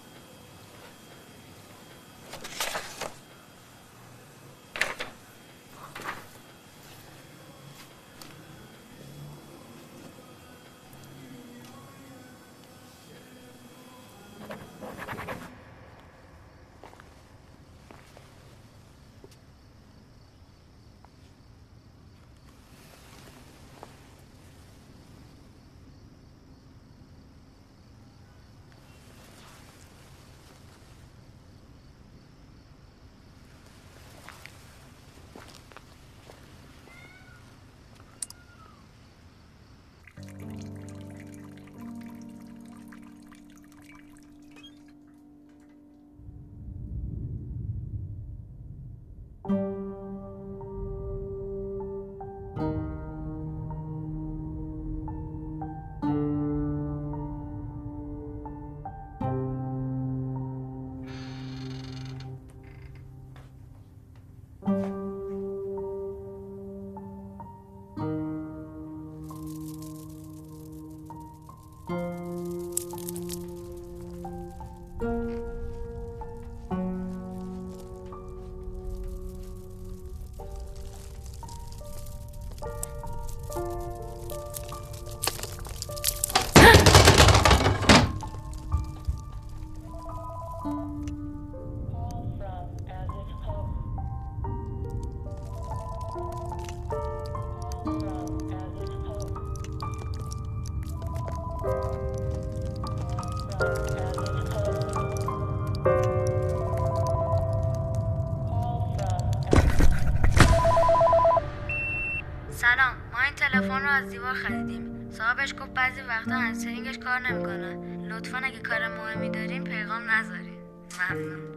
[SPEAKER 4] سلام، ما این تلفن رو از دیوار خریدیم. صاحبش گفت بعضی وقتا انسرینگش کار نمیکنه. لطفا اگه کار مهمی دارین پیغام نذارین. ممنون.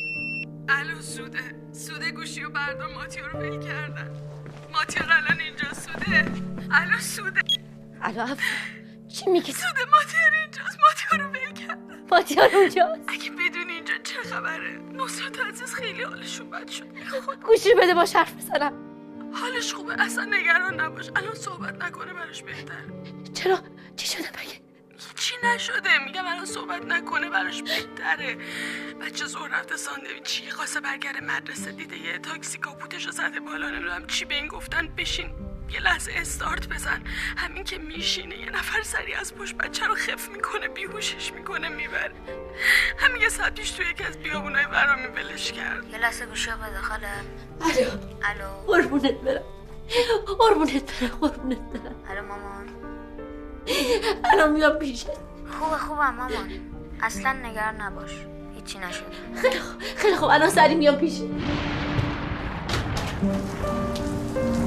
[SPEAKER 3] الو سوده گوشی و بردار ماتیو رو ول کردن. ماتیو الان اینجا سوده. الو سوده.
[SPEAKER 1] الو چی میگی؟
[SPEAKER 3] سوده ماتیو اینجاست. ماتیو رو ول کردن.
[SPEAKER 1] ماتیو اونجاست؟
[SPEAKER 3] اگه بدون اینجا چه خبره؟ نصرت عزیز خیلی حالشون بد شد.
[SPEAKER 1] گوشی بده باش حرف بزنم.
[SPEAKER 3] حالش خوبه، اصلا نگران نباش. الان صحبت نکنه براش بهتر.
[SPEAKER 1] چرا؟ چی شده مگه؟
[SPEAKER 3] چی نشده، میگم الان صحبت نکنه براش بهتره. بچه زور رفته ساندویچی خواسته برگره مدرسه، دیده یه تاکسی کاپوتشو زده بالا، نمیدونم چی به این گفتن بشین یه لحظه استارت بزن. همین که میشینه یه نفر سریع از پشت بچه رو خف میکنه، بیهوشش میکنه، میبره. همین یه ساعت پیش توی یکی از بیابونای برامی ولش کرد.
[SPEAKER 4] یه لحظه گوشی رو بده خاله. الو
[SPEAKER 1] قربونت برم.
[SPEAKER 4] الو مامان.
[SPEAKER 1] الان میام پیشه.
[SPEAKER 4] خوبم مامان، اصلا نگران نباش، هیچی نشده.
[SPEAKER 1] خیلی خوب الان سریع میام پیشه.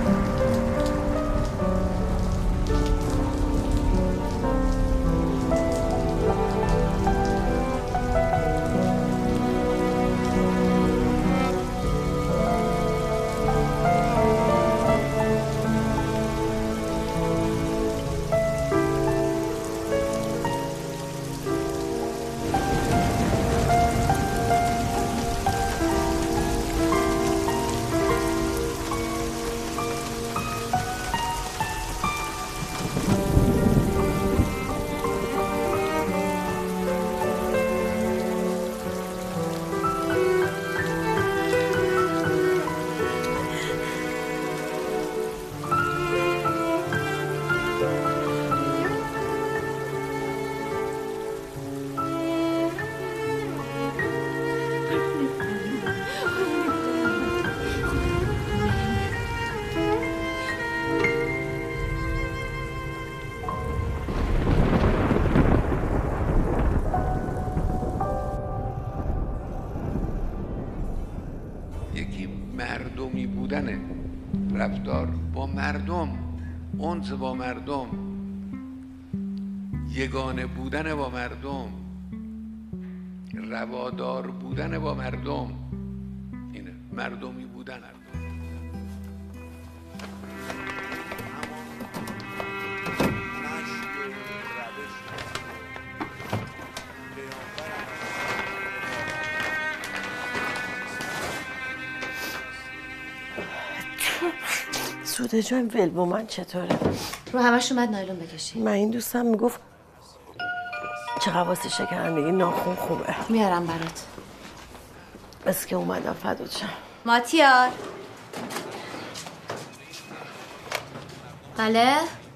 [SPEAKER 5] مردمی بودن رفتار با مردم، انس با مردم، یگانه بودن با مردم، روادار بودن با مردم، اینه مردمی بودن.
[SPEAKER 6] سوده جان ول با من چطوره؟
[SPEAKER 1] رو همش اومد نایلون بکشی.
[SPEAKER 6] من این دوستم میگفت چه قواسی شکرندگی ناخون خوبه.
[SPEAKER 1] میارم برات.
[SPEAKER 6] بس که اومدم فدات شم.
[SPEAKER 1] ماتیار. بله؟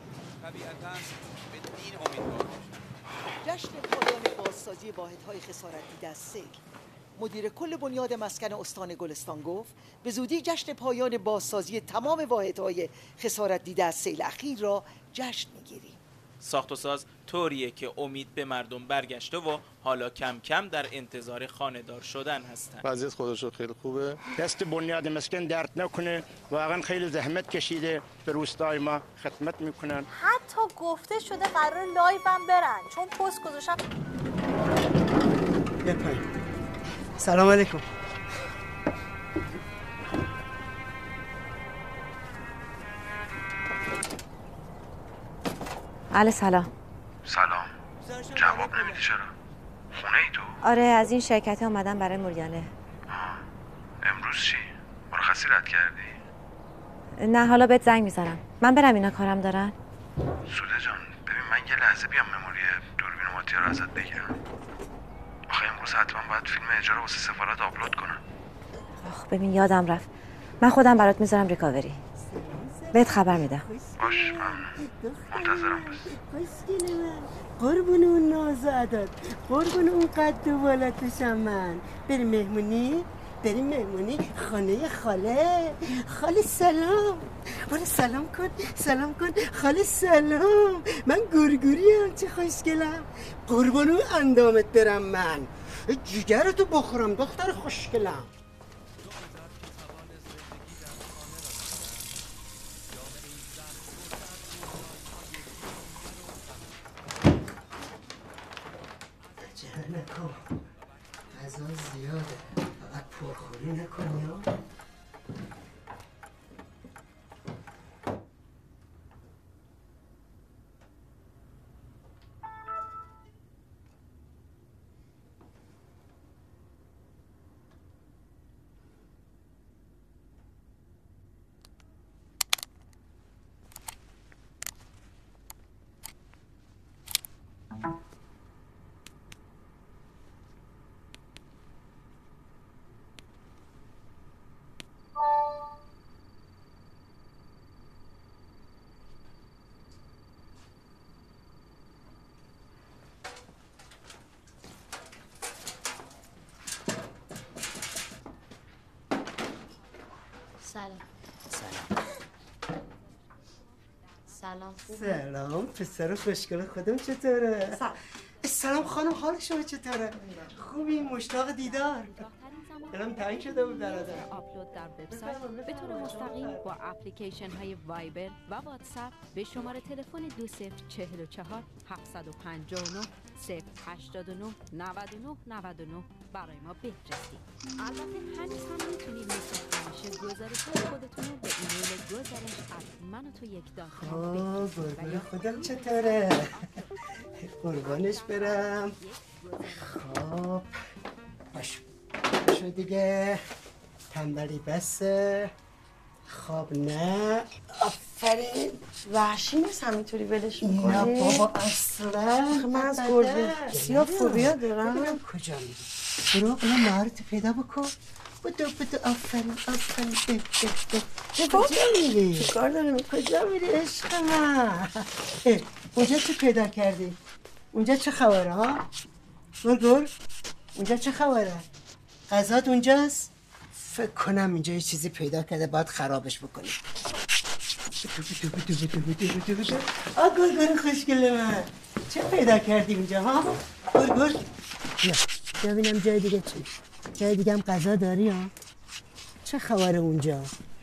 [SPEAKER 22] جشن پایان بازسازی واحدهای خسارت دیده از سیل. مدیر کل بنیاد مسکن استان گلستان گفت به زودی جشن پایان بازسازی تمام واحدهای خسارت دیده از سیل اخیر را جشن میگیریم.
[SPEAKER 12] ساخت و ساز طوریه که امید به مردم برگشته و حالا کم کم در انتظار خانه‌دار شدن هستن.
[SPEAKER 20] وضعیت خودش خیلی خوبه. دست بنیاد مسکن درد نکنه. واقعا خیلی زحمت کشیده به روستای ما خدمت میکنن.
[SPEAKER 21] حتی گفته شده قرار لایو هم برن چون پست گذاشتم.
[SPEAKER 23] سلام علیکم.
[SPEAKER 1] علی سلام.
[SPEAKER 7] سلام. جواب نمیدی چرا؟ خونه ای تو؟
[SPEAKER 1] آره از این شرکت اومدم برای موریانه.
[SPEAKER 7] امروز چی؟ مرخصی رد کردی؟
[SPEAKER 1] نه حالا بهت زنگ میزنم. من برم اینا کارم دارن.
[SPEAKER 7] سوده جان ببین من یه لحظه بیام مموری دوربین ماتیا رو ازت بگیرم. آخه امروز حتما باید فیلم اجاره واسه سفارت آپلود کنم.
[SPEAKER 1] آخ ببین یادم رفت. من خودم برات میذارم ریکاوری. بهت خبر میدم.
[SPEAKER 7] باش ممنون. منتظرم بس.
[SPEAKER 23] قربون اون نازادت، قربون اون قد و بالاتشم من. بریم مهمونی؟ بریم مهمونی خانه خاله. خاله سلام. برو سلام کن، سلام کن. خاله سلام. من گورگوریم، چه خوشگلم. قربون اون اندامت برم من. جگرتو بخورم دختر خوشگلم. نکن غذا زیاده فقط پرخوری نکنی ها.
[SPEAKER 1] سلام.
[SPEAKER 23] سلام پسر خوشگل خودم چطوره؟ سلام خانم حال شما چطوره؟ خوبی مشتاق دیدار. الان تعیین شده بود برادر.
[SPEAKER 25] آپلود در وبسایت به طور مستقیم با اپلیکیشن های وایبر و واتساپ به شماره تلفن 2044 759 089 99 99 برای ما بفرستید. البته هنوز هم میتونید مثل همیشه گزارش خودتون رو به ایمیل گزارش@منوتو1.com
[SPEAKER 23] قربون خودم چطوره؟ قربانش برم. خب باشو دیگه تنبلی بسه. خب نه آفرین.
[SPEAKER 6] وحشی نیست همینطوری ولش میکنی؟
[SPEAKER 23] نه بابا اصلا
[SPEAKER 6] من از گربه سیاه فوبیا دارم.
[SPEAKER 23] کجا میری؟ برو اون مهارت پیدا بکن. بدو آفرین کجا میری؟
[SPEAKER 6] چه کار دارم؟
[SPEAKER 23] کجا میری عشق من؟ اونجا چه پیدا کردی؟ اونجا چه خبره ها؟ گل اونجا چه خبره؟ غذات اونجاست؟ فکر کنم اینجا یه چیزی پیدا کرده باید خرابش بکنی. بدو گل خوشگل من چه پیدا کردی اونجا ها؟ گل بیا ببینم جای دیگه چی؟ جای دیگه هم غذا داری ها؟ چه خبره اونجا؟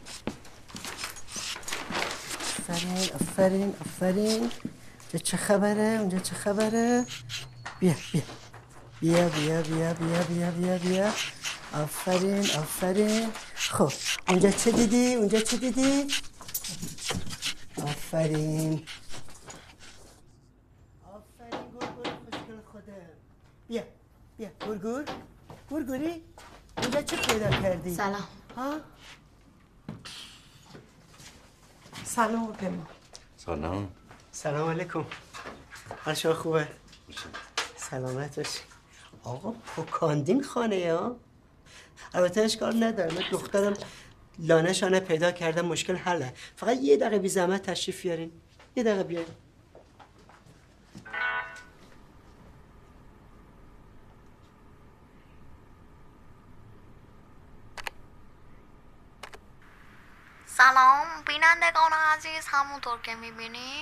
[SPEAKER 23] آفرین آفرین آفرین. چه خبره اونجا؟ چه خبره؟ بیا بیا بیا بیا بیا بیا بیا بیا بیا. آفرین آفرین. خب اونجا چه دیدی؟ اونجا چه دیدی؟ آفرین آفرین. گرگور خوشگل خودم. بیا بیا گرگور. گرگوری اونجا چه پیدا کردی؟
[SPEAKER 14] سلام.
[SPEAKER 23] ها؟ سلام پیما.
[SPEAKER 13] سلام.
[SPEAKER 23] سلام علیکم. حال شما خوبه؟ سلامت باشی. آقا پوکاندین خانه ها؟ البته اشکال نداره، من دخترم لانه شانه پیدا کردم، مشکل حله. فقط یه دقیقه بی زحمت تشریف بیارین. یه دقیقه بیارین.
[SPEAKER 4] سلام بینندگان عزیز، همونطور که میبینی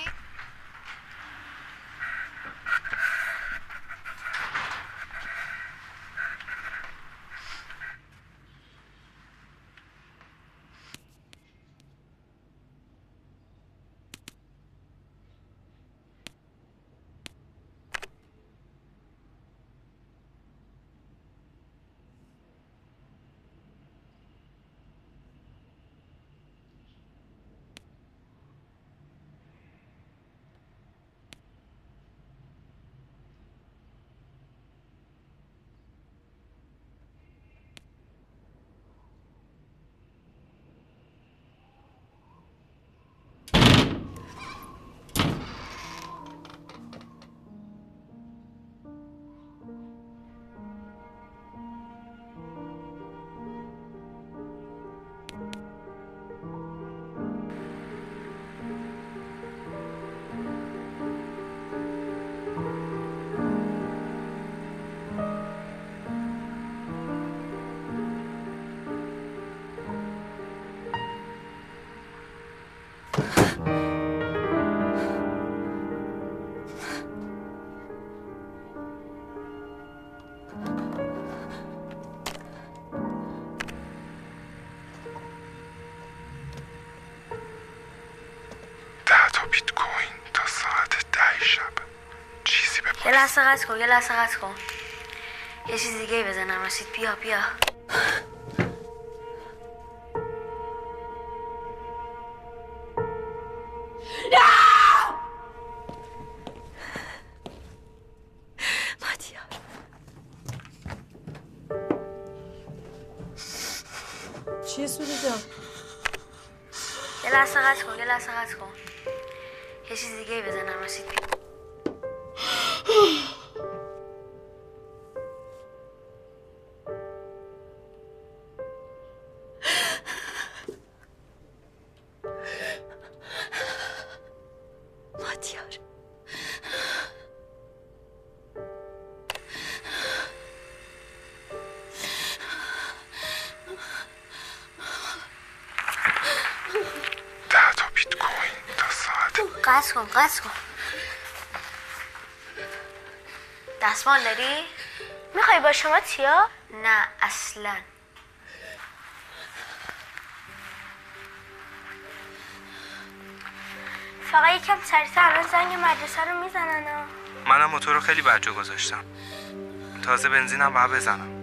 [SPEAKER 4] یه لحظه قطع کن، یه لحظه قطع کن. یه چیز دیگه بزنم رسید. بیا بیا.
[SPEAKER 23] مادیار چیه سوری جان؟
[SPEAKER 4] یه لحظه قطع کن، یه لحظه قطع کن. یه چیز دیگه بزنم رسید.
[SPEAKER 23] مادیار
[SPEAKER 4] قطع کن، قطع کن. دستمال داری؟ میخوای با شما تیا؟ نه اصلا. فقط یکم سریعتر، الان زنگ مدرسه رو میزنن.
[SPEAKER 7] منم موتور رو خیلی بجا گذاشتم، تازه بنزینم باید بزنم.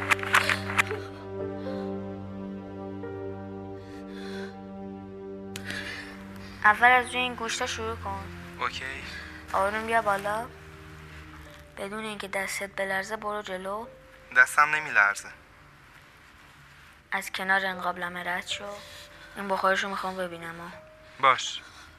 [SPEAKER 4] اول از روی این گوشتا شروع کن.
[SPEAKER 7] اوکی.
[SPEAKER 4] آروم بیا بالا. بدون اینکه دستت بلرزه برو جلو.
[SPEAKER 7] دستم نمیلرزه.
[SPEAKER 4] از کنار این قابلمه رد شو. این بخارشو میخوام ببینم.
[SPEAKER 7] باش.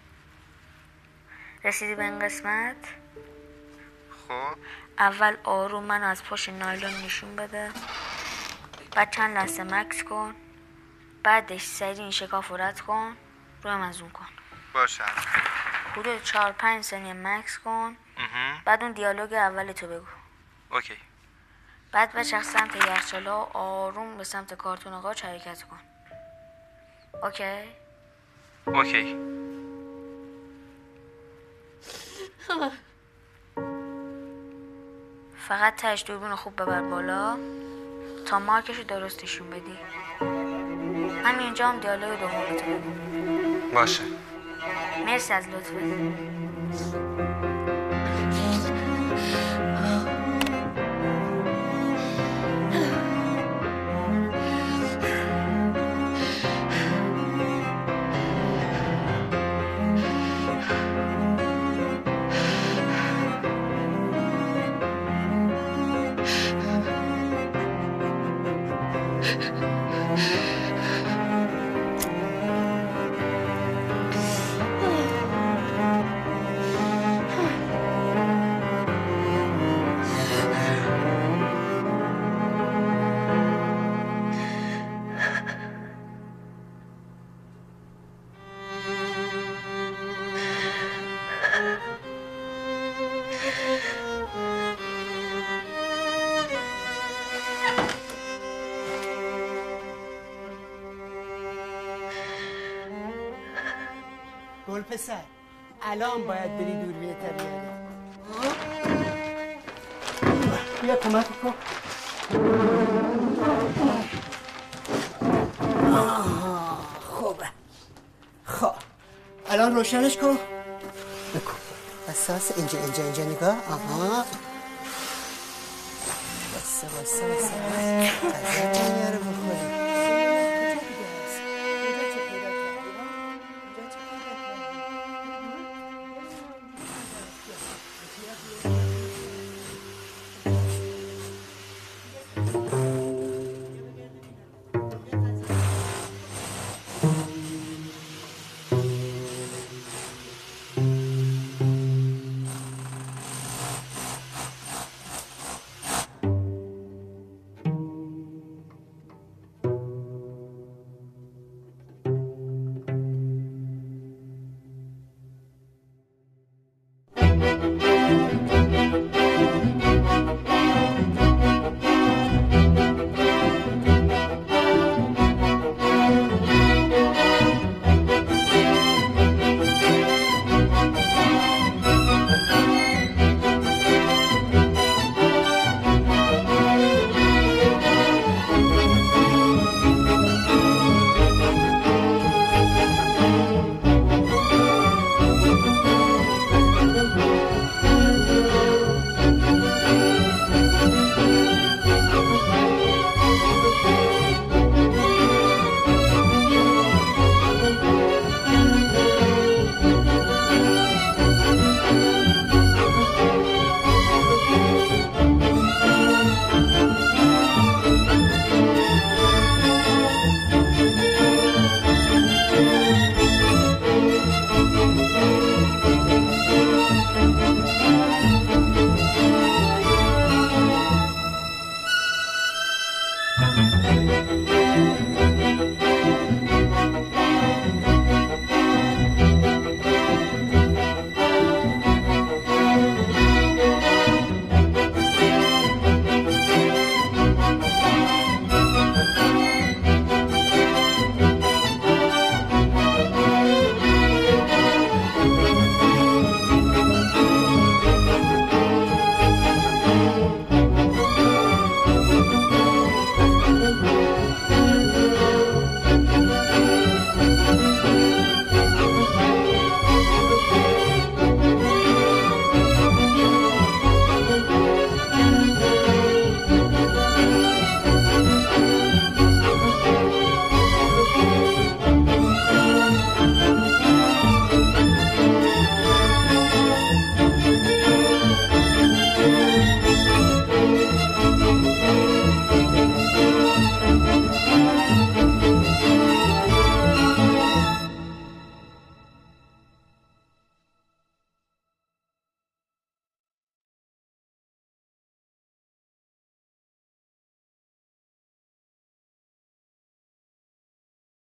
[SPEAKER 4] رسیدی به این قسمت؟
[SPEAKER 7] خب
[SPEAKER 4] اول آروم من از پشت نایلون نشون بده. بعد چند لحظه مکس کن. بعدش سریع این شکاف رو رد کن. روی مزون کن.
[SPEAKER 7] باشه.
[SPEAKER 4] حدود 4-5 ثانیه مکس کن. بعد اون دیالوگ اول تو بگو.
[SPEAKER 7] اوکی.
[SPEAKER 4] بعد بچرخ سمت یخچالا، آروم به سمت کارتون قاچ حرکت کن. اوکی؟
[SPEAKER 7] اوکی.
[SPEAKER 4] فقط تهش دوربین رو خوب ببر بالا تا مارکش رو درست نشون بدی. همینجا هم دیالوگ دومتو بگو.
[SPEAKER 7] باشه.
[SPEAKER 4] مرسی از لطفت.
[SPEAKER 23] گل پسر الان باید بری دوربین طبیعت. بیا کمک کن. خوبه. خب الان روشنش کن. بکن اساس اینجا نگاه. آها بس از این رو بخوری.